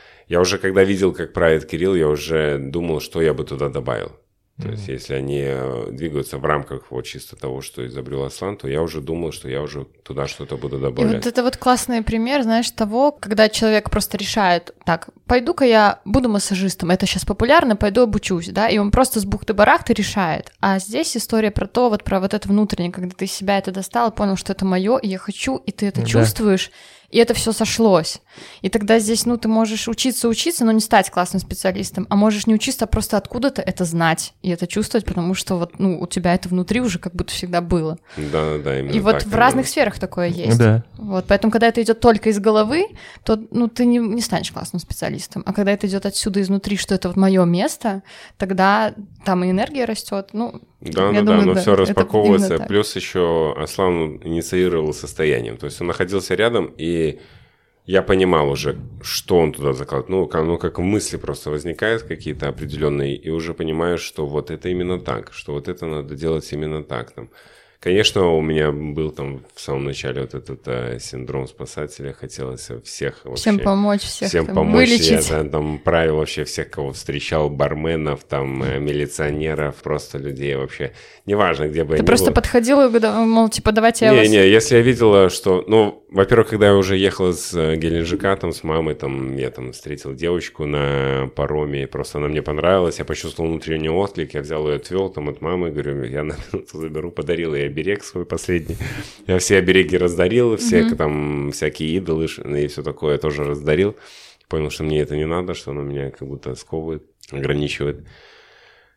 Я уже, когда видел, как правит Кирилл, я уже думал, что я бы туда добавил. То mm-hmm. есть, если они двигаются в рамках вот чисто того, что изобрел Аслан, то я уже думал, что я уже туда что-то буду добавлять. И вот это вот классный пример, знаешь, того, когда человек просто решает, так, пойду-ка я буду массажистом, это сейчас популярно, пойду обучусь, да, и он просто с бухты-барахты решает. А здесь история про то, вот про вот это внутреннее, когда ты себя это достал, понял, что это мое, и я хочу, и ты это да. чувствуешь, и это все сошлось. И тогда здесь, ну, ты можешь учиться, учиться, но не стать классным специалистом, а можешь не учиться, а просто откуда-то это знать и это чувствовать, потому что вот, ну, у тебя это внутри уже как будто всегда было. Да, да, именно И вот так, в разных именно. сферах такое есть. Да. Вот, поэтому, когда это идет только из головы, то, ну, ты не, не станешь классным специалистом. А когда это идет отсюда изнутри, что это вот мое место, тогда там и энергия растет. Ну, да, я да, думаю, да, но да, все распаковывается. Так. Плюс еще Аслан инициировал состоянием. То есть он находился рядом, и я понимал уже, что он туда закладывает. Ну, как, ну, как мысли просто возникают какие-то определенные, и уже понимаешь, что вот это именно так, что вот это надо делать именно так. Там. Конечно, у меня был там в самом начале вот этот а, синдром спасателя, хотелось всех вообще... Всем помочь, всех всем там, помочь. вылечить. Я там правил вообще всех, кого встречал, барменов, там, милиционеров, просто людей вообще. Неважно, где бы Ты я ни просто был. подходил и говорил, мол, типа, давайте я не, вас... Не, если я видела, что... Ну, во-первых, когда я уже ехал из Геленджика там с мамой, там, я там встретил девочку на пароме, просто она мне понравилась, я почувствовал внутренний отклик, я взял ее, отвел там от мамы, говорю, я на минуту заберу, подарил ей оберег свой последний. Я все обереги раздарил, все mm-hmm. там всякие идолы и все такое тоже раздарил. Понял, что мне это не надо, что оно меня как будто сковывает, ограничивает.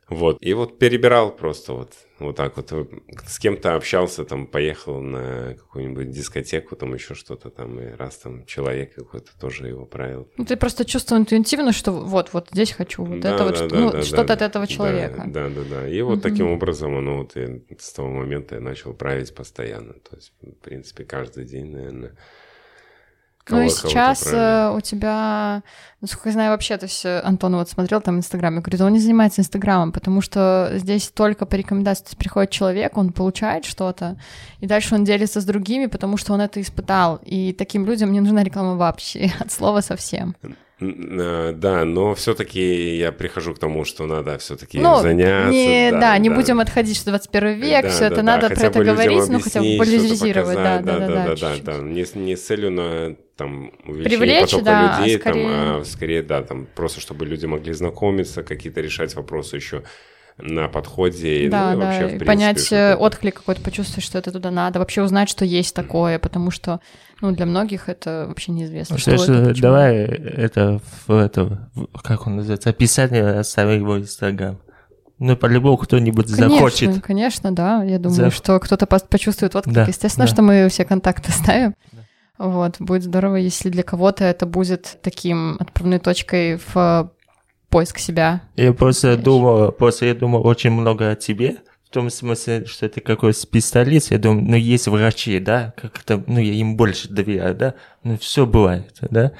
Вот. И вот перебирал просто вот, вот так вот. С кем-то общался, там, поехал на какую-нибудь дискотеку, там еще что-то там, и раз там человек какой-то тоже его правил. Ну, ты просто чувствовал интуитивно, что вот, вот здесь хочу, вот да, это да, вот, да, что, ну, да, что-то да, от этого человека. Да, да, да. да. И вот угу. таким образом, ну, вот и с того момента я начал править постоянно. То есть, в принципе, каждый день, наверное. Ну и сейчас э, у тебя, насколько я знаю, вообще, то есть Антон вот смотрел там Инстаграм, я говорю, да он не занимается Инстаграмом, потому что здесь только по рекомендации, то есть приходит человек, он получает что-то, и дальше он делится с другими, потому что он это испытал, и таким людям не нужна реклама вообще, от слова совсем. Да, но все-таки я прихожу к тому, что надо все-таки ну, заняться. Не, да, да, не да. будем отходить, что двадцать первый век, да, все да, это да, надо да. про это говорить, но хотя бы популяризировать, да, да, да, да, да, да, да, да. Не, не с целью на там увеличение привлечь, потока да, людей, а скорее... там, а скорее, да, там просто чтобы люди могли знакомиться, какие-то решать вопросы еще на подходе, да, ну, и да, вообще, в и принципе, понять что-то... отклик какой-то, почувствовать, что это туда надо, вообще узнать, что есть такое, потому что, ну, для многих это вообще неизвестно, что, что это, почему. Давай это в это, в, как он называется, описание оставим его Инстаграм. Ну, по-любому кто-нибудь конечно, захочет. Конечно, да, я думаю, За... что кто-то почувствует отклик, да, естественно, да. что мы все контакты ставим. Да. Вот, будет здорово, если для кого-то это будет таким отправной точкой в поиск себя. Я просто думал, просто я думал очень много о тебе, в том смысле, что ты какой-то специалист. Я думаю, ну, есть врачи, да, как-то, ну, я им больше доверяю, да, ну, все бывает, да,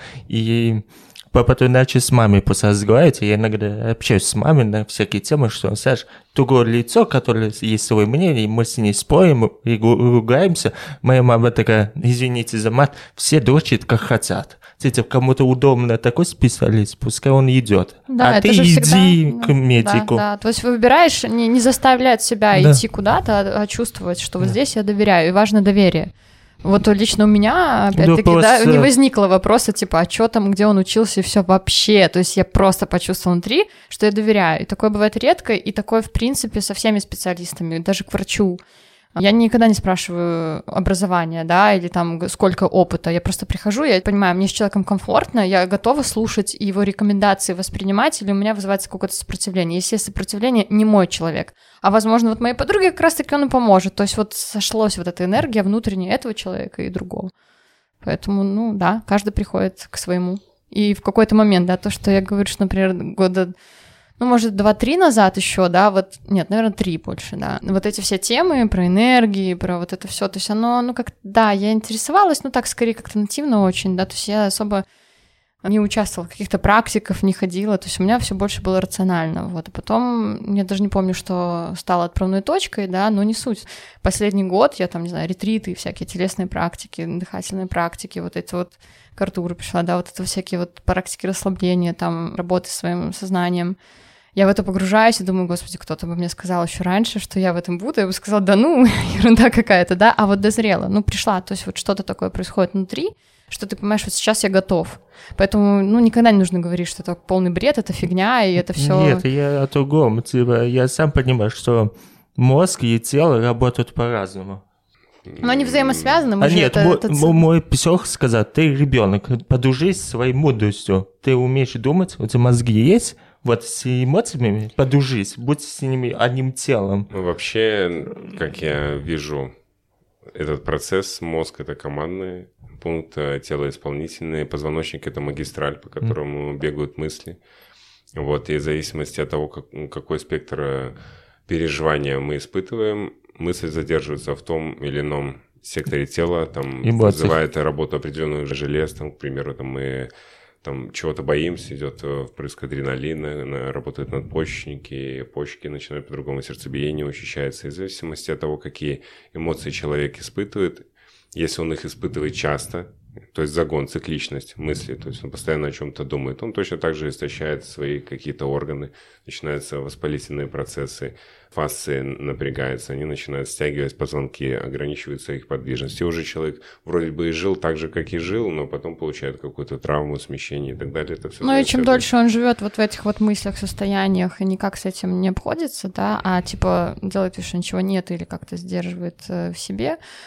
и потом начал с мамой просто разговаривать, я иногда общаюсь с мамой на всякие темы, что, знаешь, другое лицо, которое есть свое мнение, и мы с ней спорим и ругаемся. Моя мама такая, извините за мат, все дрочат как хотят. Если кому-то удобно такой специалист, пускай он идет. Да, а ты иди всегда... к медику. Да, да. То есть выбираешь не, не заставлять себя да. идти куда-то, а, а чувствовать, что вот да. здесь я доверяю, и важно доверие. Вот лично у меня, опять-таки, да, просто... да, не возникло вопроса, типа, а что там, где он учился, и все вообще. То есть я просто почувствовала внутри, что я доверяю. И такое бывает редко, и такое, в принципе, со всеми специалистами, даже к врачу. Я никогда не спрашиваю образования, да, или там сколько опыта. Я просто прихожу, я понимаю, мне с человеком комфортно, я готова слушать его рекомендации, воспринимать, или у меня вызывается какое-то сопротивление. Если есть сопротивление, не мой человек. А, возможно, вот моей подруге как раз-таки он и поможет. То есть вот сошлось вот эта энергия внутренняя этого человека и другого. Поэтому, ну да, каждый приходит к своему. И в какой-то момент, да, то, что я говорю, что, например, года... ну, может, два-три назад еще, да, вот, нет, наверное, три больше, да, вот эти все темы про энергии, про вот это все, то есть оно, ну, как, да, я интересовалась, ну, так, скорее, как-то нативно очень, да, то есть я особо не участвовала в каких-то практиках, не ходила, то есть у меня все больше было рационально, вот, а потом, я даже не помню, что стало отправной точкой, да, но не суть. Последний год я там, не знаю, ретриты, всякие телесные практики, дыхательные практики, вот эти вот, к Артуру пришла, да, вот это всякие вот практики расслабления, там, работы с своим сознанием. Я в это погружаюсь и думаю, господи, кто-то бы мне сказал еще раньше, что я в этом буду, я бы сказала, да ну, ерунда какая-то, да, а вот дозрела, ну, пришла, то есть вот что-то такое происходит внутри, что ты понимаешь, вот сейчас я готов. Поэтому, ну, никогда не нужно говорить, что это полный бред, это фигня, и это все. Нет, я о другом, типа, я сам понимаю, что мозг и тело работают по-разному. Но они взаимосвязаны, мы а же нет, это, мой, это... мой псих сказал, ты ребенок, подружись со своей мудростью, ты умеешь думать, у тебя мозги есть, вот с эмоциями подружись, будь с ними одним телом. Ну, вообще, как я вижу, этот процесс, мозг — это командный пункт, тело исполнительное, позвоночник — это магистраль, по которому mm. бегают мысли. Вот, и в зависимости от того, как, какой спектр переживания мы испытываем, мысль задерживается в том или ином секторе тела, там Эмоции. Вызывает работу определенных желез, там, к примеру, там мы там чего-то боимся, идет впрыск адреналина, работают надпочечники, почки начинают по-другому, сердцебиение учащается. И в зависимости от того, какие эмоции человек испытывает, если он их испытывает часто, то есть загон, цикличность мысли, то есть он постоянно о чем-то думает, он точно так же истощает свои какие-то органы, начинаются воспалительные процессы, фасции напрягаются, они начинают стягивать позвонки, ограничиваются их подвижность. И уже человек вроде бы и жил так же, как и жил, но потом получает какую-то травму, смещение и так далее. Это все. Ну и чем дольше он живет вот в этих вот мыслях, состояниях и никак с этим не обходится, да, а типа делает вид, что ничего нет или как-то сдерживает э, в себе,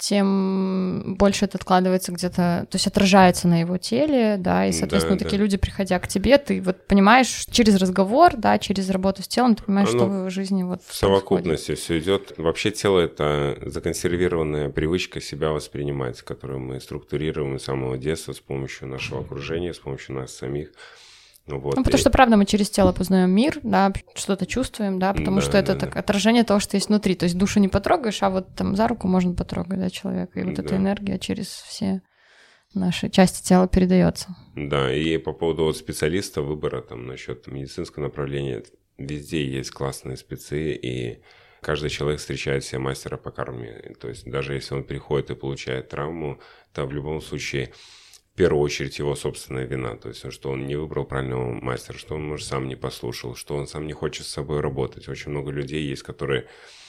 тем больше это откладывается где-то, то есть отражается на его теле, да, и, соответственно, да, такие да. люди, приходя к тебе, ты вот понимаешь через разговор, да, через работу с телом, ты понимаешь, Оно что в его жизни вот в совокупности все идет. Вообще тело — это законсервированная привычка себя воспринимать, которую мы структурируем с самого детства с помощью нашего окружения, с помощью нас самих. Вот. Ну, потому и... что, правда, мы через тело познаем мир, да, что-то чувствуем, да, потому да, что это да, так, да. отражение того, что есть внутри. То есть душу не потрогаешь, а вот там за руку можно потрогать, да, человека. И вот Да. эта энергия через все наши части тела передается. Да, и по поводу вот специалиста, выбора там насчет медицинского направления, везде есть классные спецы, и каждый человек встречает себе мастера по карме. То есть даже если он приходит и получает травму, то в любом случае... В первую очередь его собственная вина, то есть что он не выбрал правильного мастера, что он, может, сам не послушал, что он сам не хочет с собой работать. Очень много людей есть, которые,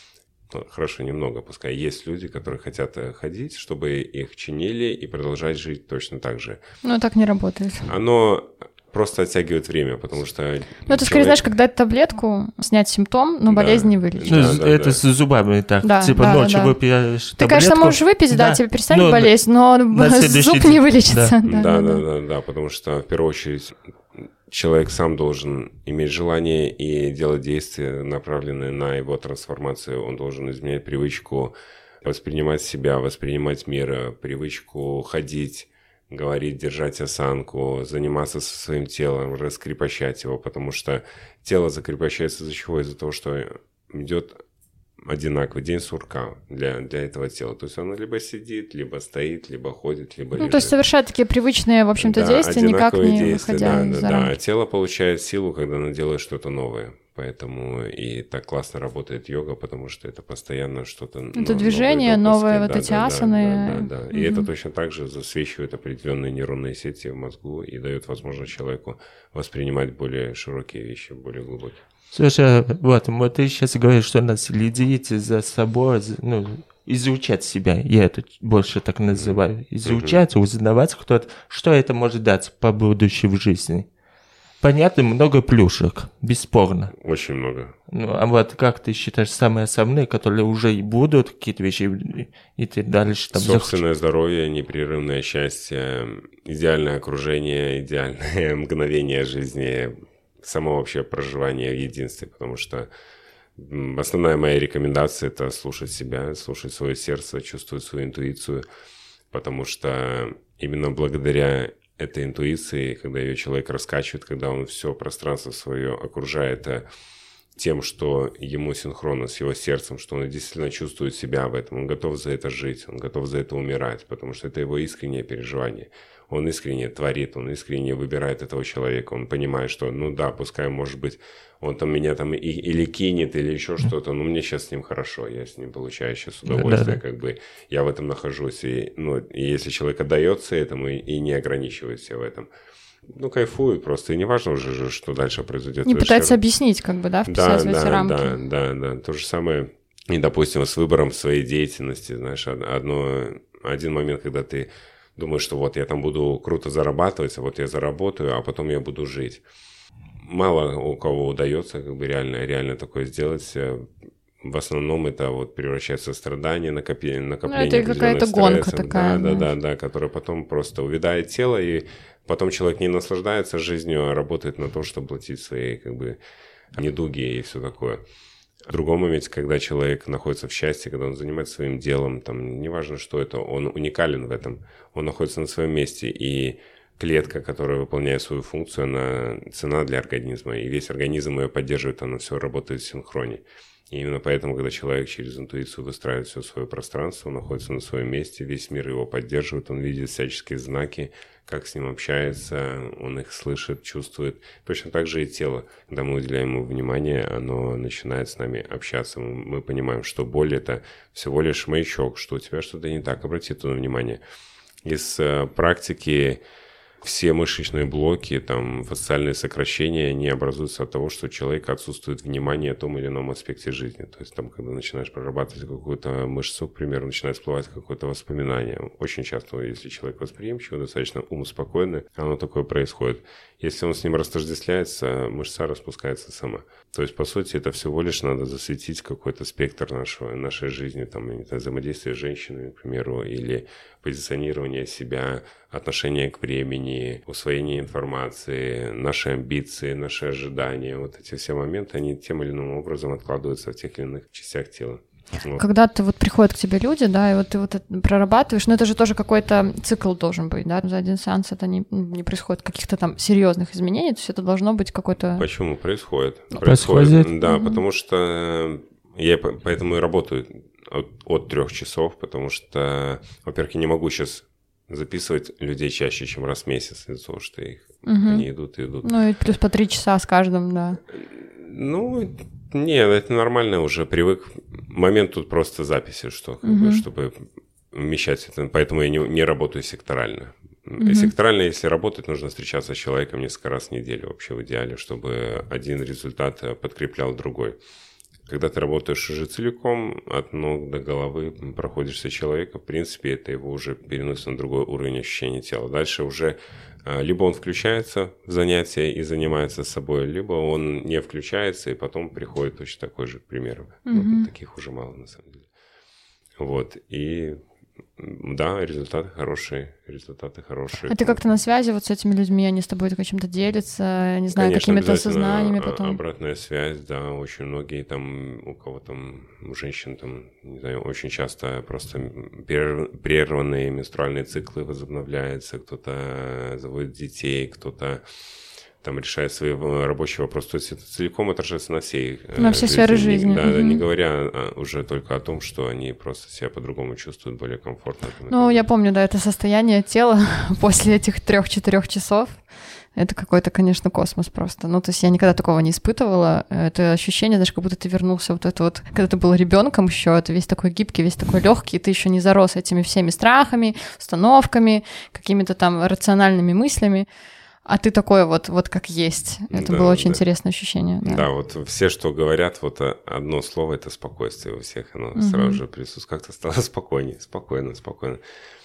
ну, хорошо, немного, пускай есть люди, которые хотят ходить, чтобы их чинили и продолжать жить точно так же. Ну, так не работает. Оно просто оттягивает время, потому что... Ну, это человек... скорее, знаешь, когда дать таблетку, снять симптом, но Да. болезнь не вылечить. Ну, Да, да, это да. с зубами так. Да, типа да, ночью да. выпьешь Ты, таблетку. конечно, можешь выпить, да, Да. тебе перестанет Но болеть, но следующий зуб день. не вылечится. Да. Да, да, да, да, потому что в первую очередь человек сам должен иметь желание и делать действия, направленные на его трансформацию. Он должен изменять привычку воспринимать себя, воспринимать мир, привычку ходить, говорить, держать осанку, заниматься со своим телом, раскрепощать его, потому что тело закрепощается из-за чего? Из-за того, что идет одинаковый день сурка для, для этого тела. То есть оно либо сидит, либо стоит, либо ходит, либо Ну, лежит. то есть совершать такие привычные, в общем-то, Да, действия, никак одинаковые не действия, выходя да, да, за да. рамки. А тело получает силу, когда оно делает что-то новое. Поэтому и так классно работает йога, потому что это постоянно что-то Это новое, движение, новые вот эти да, асаны. Да, да, да. И Мгм. это точно так же засвечивает определенные нейронные сети в мозгу и дает возможность человеку воспринимать более широкие вещи, более глубокие. Слушай, вот, вот ты сейчас говоришь, что надо следить за собой, за- ну, изучать себя. Я это больше так называю. Изучать, узнавать, кто это, что это может дать по будущему в жизни. Понятно, много плюшек, бесспорно. Очень много. Ну, а вот как ты считаешь, самые основные, которые уже и будут, какие-то вещи, и ты дальше там... Собственное здоровье, непрерывное счастье, идеальное окружение, идеальное мгновение жизни, само вообще проживание в единстве, потому что м, основная моя рекомендация – это слушать себя, слушать свое сердце, чувствовать свою интуицию, потому что именно благодаря этой интуиции, когда ее человек раскачивает, когда он все пространство свое окружает э, тем, что ему синхронно с его сердцем, что он действительно чувствует себя в этом, он готов за это жить, он готов за это умирать, потому что это его искреннее переживание. Он искренне творит, он искренне выбирает этого человека, он понимает, что, ну да, пускай, может быть, он там меня там и, или кинет, или еще что-то, но мне сейчас с ним хорошо, я с ним получаю сейчас удовольствие, Да-да. как бы я в этом нахожусь. И, ну, и если человек отдается этому и, и не ограничивает себя в этом, ну, кайфует просто, и не важно уже, что дальше произойдет. Не Это пытается всё- объяснить, как бы, да, да, вписать в эти да, рамки. да, да, да. То же самое, и, допустим, с выбором своей деятельности, знаешь, од- одно, один момент, когда ты думаешь, что вот я там буду круто зарабатывать, а вот я заработаю, а потом я буду жить. Мало у кого удается как бы реально, реально такое сделать. В основном это вот превращается в страдания, накопление, накопление Ну, это какая-то определенных гонка стрессов. такая, Да, да, знаешь. да, да, которая потом просто увядает тело, и потом человек не наслаждается жизнью, а работает на том, чтобы платить свои как бы недуги и все такое. В другом моменте, когда человек находится в счастье, когда он занимается своим делом, там, неважно, что это, он уникален в этом, он находится на своем месте, и клетка, которая выполняет свою функцию, она цена для организма, и весь организм ее поддерживает, она все работает в синхроне. И именно поэтому, когда человек через интуицию выстраивает все свое пространство, он находится на своем месте, весь мир его поддерживает, он видит всяческие знаки, как с ним общается, он их слышит, чувствует. Точно так же и тело. Когда мы уделяем ему внимание, оно начинает с нами общаться. Мы, мы понимаем, что боль – это всего лишь маячок, что у тебя что-то не так. Обрати туда внимание. Из э, практики все мышечные блоки, там, фасциальные сокращения, они образуются от того, что у человека отсутствует внимание о том или ином аспекте жизни. То есть там, когда начинаешь прорабатывать какую-то мышцу, к примеру, начинает всплывать какое-то воспоминание. Очень часто, если человек восприимчивый, достаточно умоспокойный, оно такое происходит. Если он с ним растождествляется, мышца распускается сама. То есть, по сути, это всего лишь надо засветить какой-то спектр нашего, нашей жизни, там, не знаю, взаимодействия с женщиной, к примеру, или позиционирование себя, отношение к времени, усвоение информации, наши амбиции, наши ожидания. Вот эти все моменты, они тем или иным образом откладываются в тех или иных частях тела. Вот. Когда ты вот приходят к тебе люди, да, и вот ты вот это прорабатываешь, но это же тоже какой-то цикл должен быть, да, за один сеанс это не, не происходит каких-то там серьезных изменений, то есть это должно быть какой-то... Почему? Происходит. Происходит. Происходит. Да, угу. Потому что я поэтому и работаю от, от трех часов, потому что, во-первых, я не могу сейчас записывать людей чаще, чем раз в месяц, из-за того, что их, угу. они идут и идут. Ну и плюс по три часа с каждым, да. Ну, нет, это нормально, уже привык. Момент тут просто записи, что, как угу. бы, чтобы вмещать это. Поэтому я не, не работаю секторально. Угу. Секторально, если работать, нужно встречаться с человеком несколько раз в неделю вообще в идеале, чтобы один результат подкреплял другой. Когда ты работаешь уже целиком, от ног до головы проходишься человека, в принципе, это его уже переносит на другой уровень ощущения тела. Дальше уже либо он включается в занятия и занимается собой, либо он не включается, и потом приходит точно такой же пример. Mm-hmm. Ну, таких уже мало, на самом деле. Вот, и да, результаты хорошие, результаты хорошие. А ты как-то на связи вот с этими людьми, они с тобой чем-то делятся, не знаю, Конечно, какими-то сознаниями потом? Обратная связь, да, очень многие там, у кого там, у женщин там, не знаю, очень часто просто прерванные менструальные циклы возобновляются, кто-то заводит детей, кто-то там решает свои рабочие вопросы. То есть это целиком отражается на всей на все жизни. сферы жизни. Да, угу. Не говоря уже только о том, что они просто себя по-другому чувствуют, более комфортно. Ну, я помню, да, это состояние тела после этих трех-четырех часов. Это какой-то, конечно, космос просто. Ну, то есть я никогда такого не испытывала. Это ощущение, знаешь, как будто ты вернулся вот это вот, когда ты был ребенком еще, ты весь такой гибкий, весь такой легкий, ты еще не зарос этими всеми страхами, установками, какими-то там рациональными мыслями. А ты такой вот, вот как есть. Это да, было очень да. интересное ощущение. Да. да, вот все, что говорят, вот одно слово — это спокойствие у всех. Оно угу. сразу же присутствует. Как-то стало спокойнее, спокойно, спокойно.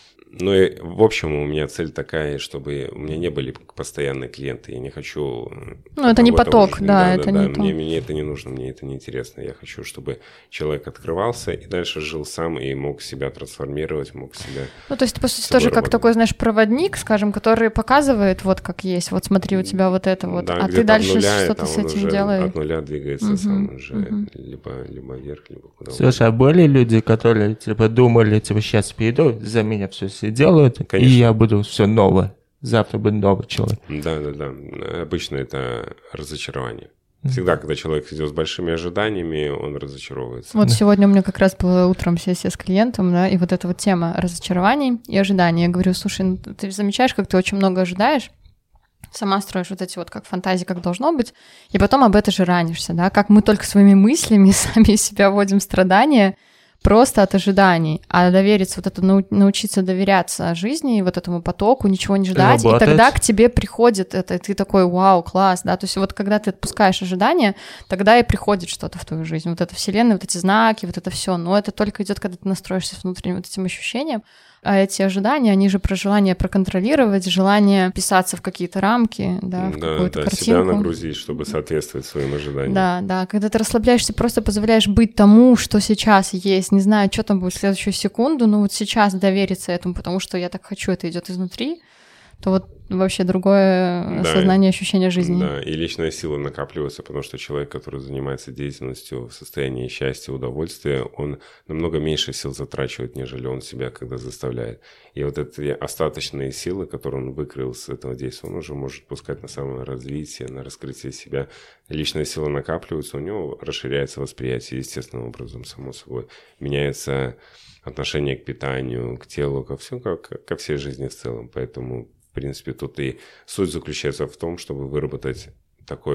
Ну и в общем у меня цель такая, чтобы у меня не были постоянные клиенты. Я не хочу... Ну это не поток, уже... да, да, это да, не да. то. Мне, мне это не нужно, мне это не интересно. Я хочу, чтобы человек открывался и дальше жил сам и мог себя трансформировать, мог себя... Ну то есть ты, по сути, тоже как такой, знаешь, проводник, скажем, который показывает вот как есть. Вот смотри, у тебя вот это вот, да, а ты дальше нуля, что-то с этим делаешь. От нуля двигается угу, сам уже, угу. либо, либо вверх, либо куда угодно. Слушай, а были люди, которые типа думали, типа сейчас приду, за меня все все делают, конечно. И я буду все новое. Завтра буду новый человек. Да, да, да. Обычно это разочарование. Всегда, когда человек идет с большими ожиданиями, он разочаровывается. Вот да. сегодня у меня как раз была утром сессия с клиентом, да, и вот эта вот тема разочарований и ожиданий. Я говорю, слушай, ну, ты замечаешь, как ты очень много ожидаешь, сама строишь вот эти вот как фантазии, как должно быть, и потом об этом же ранишься, да, как мы только своими мыслями сами себя вводим в страдания, просто от ожиданий, а довериться, вот это научиться доверяться жизни, вот этому потоку, ничего не ждать, работать. И тогда к тебе приходит это, и ты такой, вау, класс, да, то есть вот когда ты отпускаешь ожидания, тогда и приходит что-то в твою жизнь, вот эта вселенная, вот эти знаки, вот это все, но это только идет, когда ты настроишься с внутренним вот этим ощущением, а эти ожидания, они же про желание проконтролировать, желание вписаться в какие-то рамки, да, в да, какую-то да, картинку. Себя нагрузить, чтобы соответствовать своим ожиданиям. Да, да, когда ты расслабляешься, просто позволяешь быть тому, что сейчас есть, не знаю, что там будет в следующую секунду, но вот сейчас довериться этому, потому что я так хочу, это идет изнутри, то вот вообще другое да, сознание, ощущение жизни. Да, и личная сила накапливается, потому что человек, который занимается деятельностью в состоянии счастья, удовольствия, он намного меньше сил затрачивает, нежели он себя когда заставляет. И вот эти остаточные силы, которые он выкрыл с этого действия, он уже может пускать на саморазвитие, на раскрытие себя. Личная сила накапливается, у него расширяется восприятие естественным образом, само собой. Меняется отношение к питанию, к телу, ко всему, как, ко всей жизни в целом. Поэтому в принципе, тут и суть заключается в том, чтобы выработать такой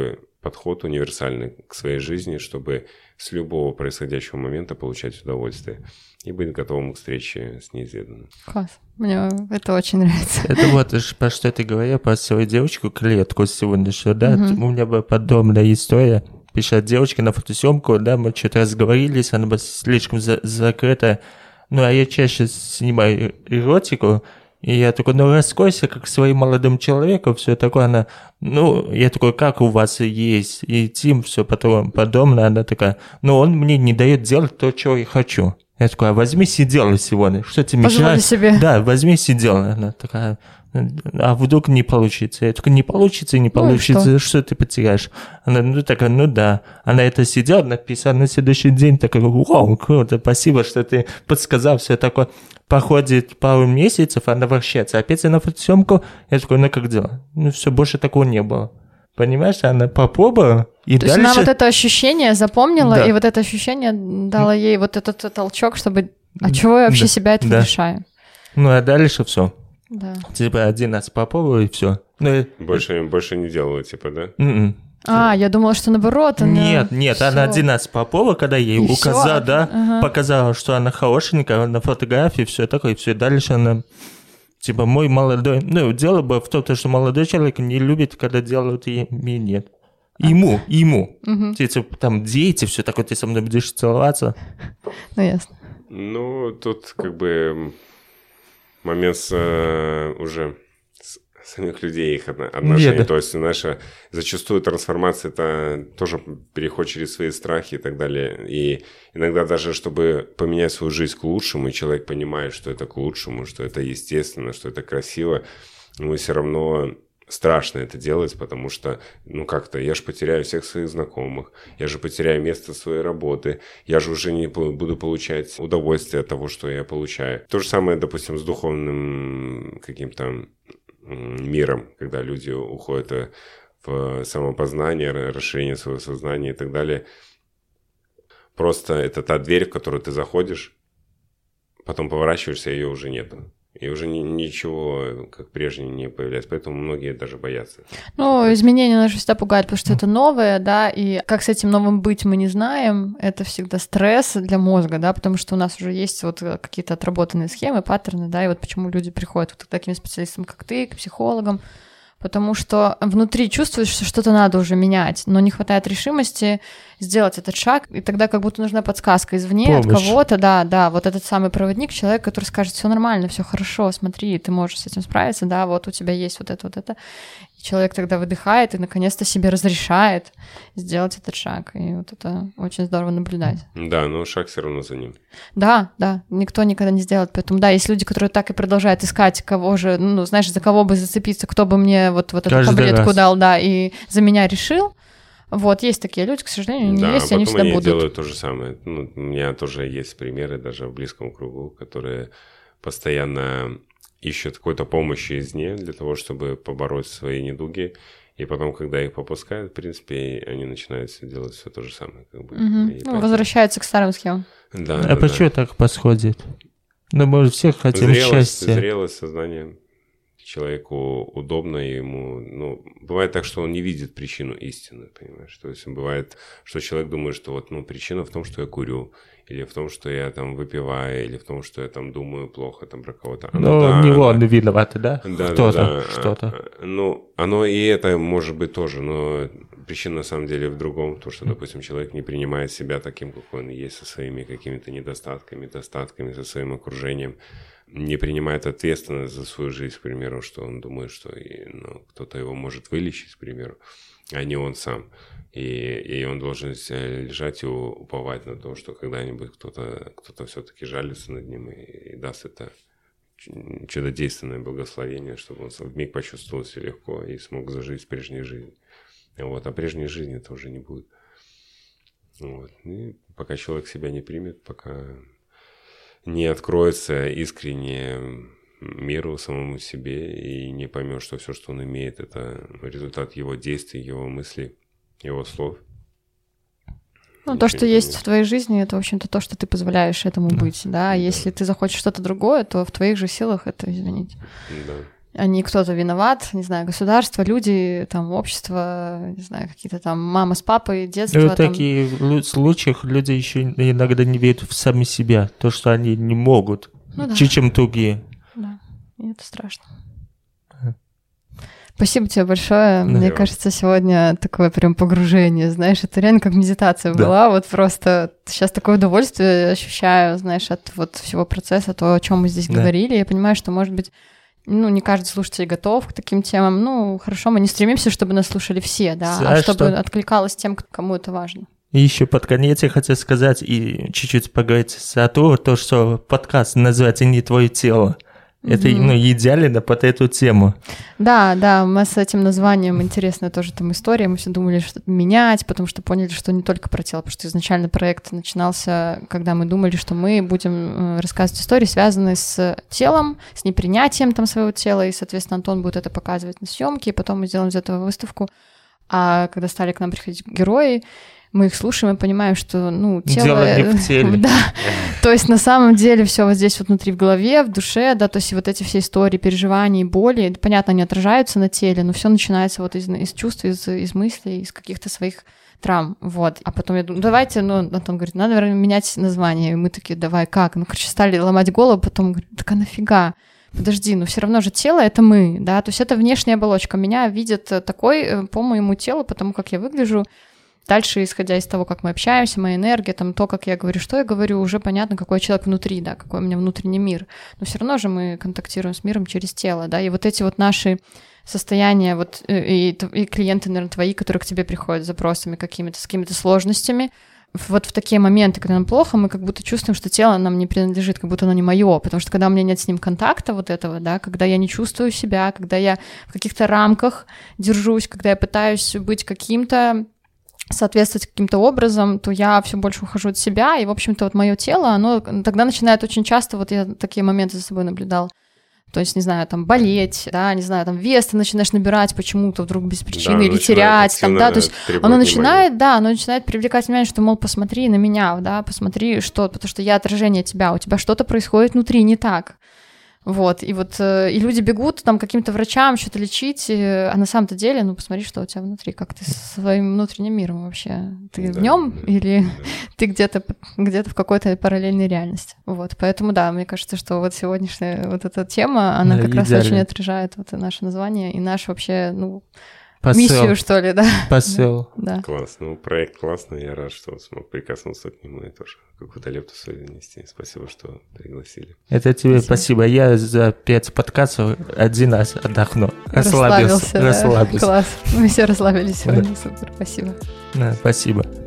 подход универсальный к своей жизни, чтобы с любого происходящего момента получать удовольствие и быть готовым к встрече с неизведанным. Класс. Мне это очень нравится. Это вот, по что ты говорил, про свою девочку, клетку сегодняшнюю, да? Угу. У меня была подобная история. Пишет девочка на фотосъемку, да, мы что-то разговорились, она была слишком за- закрыта. Ну, а я чаще снимаю эротику, и я такой, ну, раскройся, как своим молодым человеком, все такое. Она, ну, я такой, как у вас есть, и Тим, все потом подобное. Она такая, ну, он мне не дает делать то, чего я хочу. Я такой, а возьми сидела сегодня, что тебе мешает? Позволь себе. Да, возьми сидела. Она такая, а вдруг не получится? Я такой, не получится, не получится, ну, что? что ты потеряешь? Она, ну, такая, ну да. Она это сидела, написала на следующий день, такая, вау, круто, спасибо, что ты подсказал, все такое. Проходит пару месяцев, она возвращается, опять на фотосъемку, я такой, ну как дела? Ну все, больше такого не было. Понимаешь, она попробовала, и То дальше... есть она вот это ощущение запомнила, да. и вот это ощущение дало ей вот этот толчок, чтобы... А чего я вообще да. себя этого да. лишаю? Ну а дальше все. Да. Типа один раз попробовала, и все. Ну, больше, больше не делала, типа, да? Mm-mm. А, я думала, что наоборот. Она... Нет, нет, всё. она один раз попробовала, когда ей и указала, всё? да, ага. показала, что она хорошенькая на фотографии, все такое, и все. Дальше она, типа, мой молодой... Ну, дело было в том, что молодой человек не любит, когда делают ей нет. Ему, а. ему. Угу. Типа, там дети, все такое, ты со мной будешь целоваться. Ну, ясно. Ну, тут как бы момент с, uh, уже... самих людей, их отношений. Нет. То есть наша зачастую трансформация это тоже переход через свои страхи и так далее. И иногда даже, чтобы поменять свою жизнь к лучшему, и человек понимает, что это к лучшему, что это естественно, что это красиво, ему все равно страшно это делать, потому что, ну как-то, я же потеряю всех своих знакомых, я же потеряю место своей работы, я же уже не буду получать удовольствие от того, что я получаю. То же самое, допустим, с духовным каким-то миром, когда люди уходят в самопознание, расширение своего сознания и так далее. Просто это та дверь, в которую ты заходишь, потом поворачиваешься, ее уже нету. И уже ни, ничего, как прежде, не появляется. Поэтому многие даже боятся. Ну, изменения нас же всегда пугают, потому что это новое, да, и как с этим новым быть мы не знаем, это всегда стресс для мозга, да, потому что у нас уже есть вот какие-то отработанные схемы, паттерны, да, и вот почему люди приходят вот к таким специалистам, как ты, к психологам, потому что внутри чувствуешь, что что-то надо уже менять, но не хватает решимости сделать этот шаг, и тогда как будто нужна подсказка извне, Помощь. От кого-то, да, да, вот этот самый проводник, человек, который скажет, все нормально, все хорошо, смотри, ты можешь с этим справиться, да, вот у тебя есть вот это, вот это. И человек тогда выдыхает и наконец-то себе разрешает сделать этот шаг, и вот это очень здорово наблюдать. Да, но шаг все равно за ним. Да, да, никто никогда не сделает, поэтому, да, есть люди, которые так и продолжают искать, кого же, ну, знаешь, за кого бы зацепиться, кто бы мне вот, вот эту таблетку раз. дал, да, и за меня решил. Вот, есть такие люди, к сожалению, не да, есть, а они всегда они будут. делают то же самое. Ну, у меня тоже есть примеры даже в близком кругу, которые постоянно ищут какой-то помощи извне для того, чтобы побороть свои недуги. И потом, когда их попускают, в принципе, они начинают делать все то же самое. Как бы, угу. Ну, возвращаются к старым схемам. Да, а да, почему да. так происходит? Ну, мы всех хотим зрелость, счастья. Зрелость сознания. Человеку удобно ему, ну, бывает так, что он не видит причину истины, понимаешь, то есть бывает, что человек думает, что вот, ну, причина в том, что я курю, или в том, что я там выпиваю, или в том, что я там думаю плохо там про кого-то. Ну, ну да, не он да. виноват, да? Да, Кто-то, да, да. что-то. Ну, оно и это может быть тоже, но причина на самом деле в другом, то, что, допустим, человек не принимает себя таким, какой он есть, со своими какими-то недостатками, достатками, со своим окружением, не принимает ответственность за свою жизнь, к примеру, что он думает, что ну, кто-то его может вылечить, к примеру, а не он сам. И, и он должен лежать и уповать на то, что когда-нибудь кто-то, кто-то все-таки жалится над ним и, и даст это чудодейственное благословение, чтобы он вмиг почувствовал себя легко и смог зажить прежней жизнью. Вот. А прежней жизни это уже не будет. Вот. И пока человек себя не примет, пока не откроется искренне миру самому себе и не поймет, что все, что он имеет, это результат его действий, его мыслей, его слов. Ну, то, что есть в твоей жизни, это, в общем-то, то, что ты позволяешь этому быть, да? А если ты захочешь что-то другое, то в твоих же силах это изменить. Да. а не кто-то виноват, не знаю, государство, люди, там, общество, не знаю, какие-то там мама с папой, детство. И в там... таких случаях люди еще иногда не верят в сами себя, то, что они не могут, ну, да. чем другие. Да, и это страшно. Спасибо тебе большое. Да. Мне кажется, сегодня такое прям погружение, знаешь, это реально как медитация да. была. Вот просто сейчас такое удовольствие ощущаю, знаешь, от вот всего процесса, то, о чем мы здесь да. говорили. Я понимаю, что, может быть, ну, не каждый слушатель готов к таким темам. Ну, хорошо, мы не стремимся, чтобы нас слушали все, да, а, а чтобы что... откликалось тем, кому это важно. И еще под конец я хотел сказать и чуть-чуть поговорить за то, то, что подкаст называется «Не твое тело». Это, mm-hmm. ну, идеально под эту тему. Да, да, мы с этим названием интересная тоже там история. Мы все думали что-то менять, потому что поняли, что не только про тело, потому что изначально проект начинался, когда мы думали, что мы будем рассказывать истории, связанные с телом, с непринятием там своего тела, и, соответственно, Антон будет это показывать на съемке, и потом мы сделаем из этого выставку. А когда стали к нам приходить герои, мы их слушаем и понимаем, что, ну, тело... Дело не в теле. Да, то есть на самом деле все вот здесь вот внутри в голове, в душе, да, то есть вот эти все истории, переживания, боли, понятно, они отражаются на теле, но все начинается вот из, из чувств, из, из мыслей, из каких-то своих травм, вот. А потом я думаю, давайте, ну, Антон говорит, надо, наверное, менять название, и мы такие, давай, как? Ну, короче, стали ломать голову, потом говорит, так а нафига? Подожди, но все равно же тело — это мы, да, то есть это внешняя оболочка. Меня видят такой по моему телу, потому как я выгляжу. Дальше, исходя из того, как мы общаемся, моя энергия, там, то, как я говорю, что я говорю, уже понятно, какой человек внутри, да, какой у меня внутренний мир. Но все равно же мы контактируем с миром через тело, да, и вот эти вот наши состояния, вот, и, и клиенты, наверное, твои, которые к тебе приходят с запросами какими-то, с какими-то сложностями, вот в такие моменты, когда нам плохо, мы как будто чувствуем, что тело нам не принадлежит, как будто оно не мое, потому что когда у меня нет с ним контакта вот этого, да, когда я не чувствую себя, когда я в каких-то рамках держусь, когда я пытаюсь быть каким-то, соответствовать каким-то образом, то я все больше ухожу от себя, и, в общем-то, вот мое тело, оно тогда начинает очень часто, вот я такие моменты за собой наблюдала, то есть, не знаю, там, болеть, да, не знаю, там, вес ты начинаешь набирать почему-то вдруг без причины да, или терять, там, да, то есть оно начинает, внимание. да, оно начинает привлекать внимание, что, мол, посмотри на меня, да, посмотри, что, потому что я отражение тебя, у тебя что-то происходит внутри не так. Вот, и вот и люди бегут там к каким-то врачам что-то лечить, а на самом-то деле, ну, посмотри, что у тебя внутри, как ты со своим внутренним миром вообще. Ты да, в нем да, или да. ты где-то где-то в какой-то параллельной реальности. Вот, поэтому, да, мне кажется, что вот сегодняшняя вот эта тема, она да, как идеально. раз очень отражает вот наше название и наш вообще, ну, Посыл. Миссию, что ли, да. Посыл. Да. Классно. Ну, проект классный, я рад, что смог прикоснуться к нему и тоже какую-то лепту свою внести. Спасибо, что пригласили. Это тебе спасибо. спасибо. Я за пять подкастов один раз отдохну. Расслабился. Расслабился, да. Расслабился. Класс. Мы все расслабились сегодня. Да. Супер, спасибо. Да, спасибо.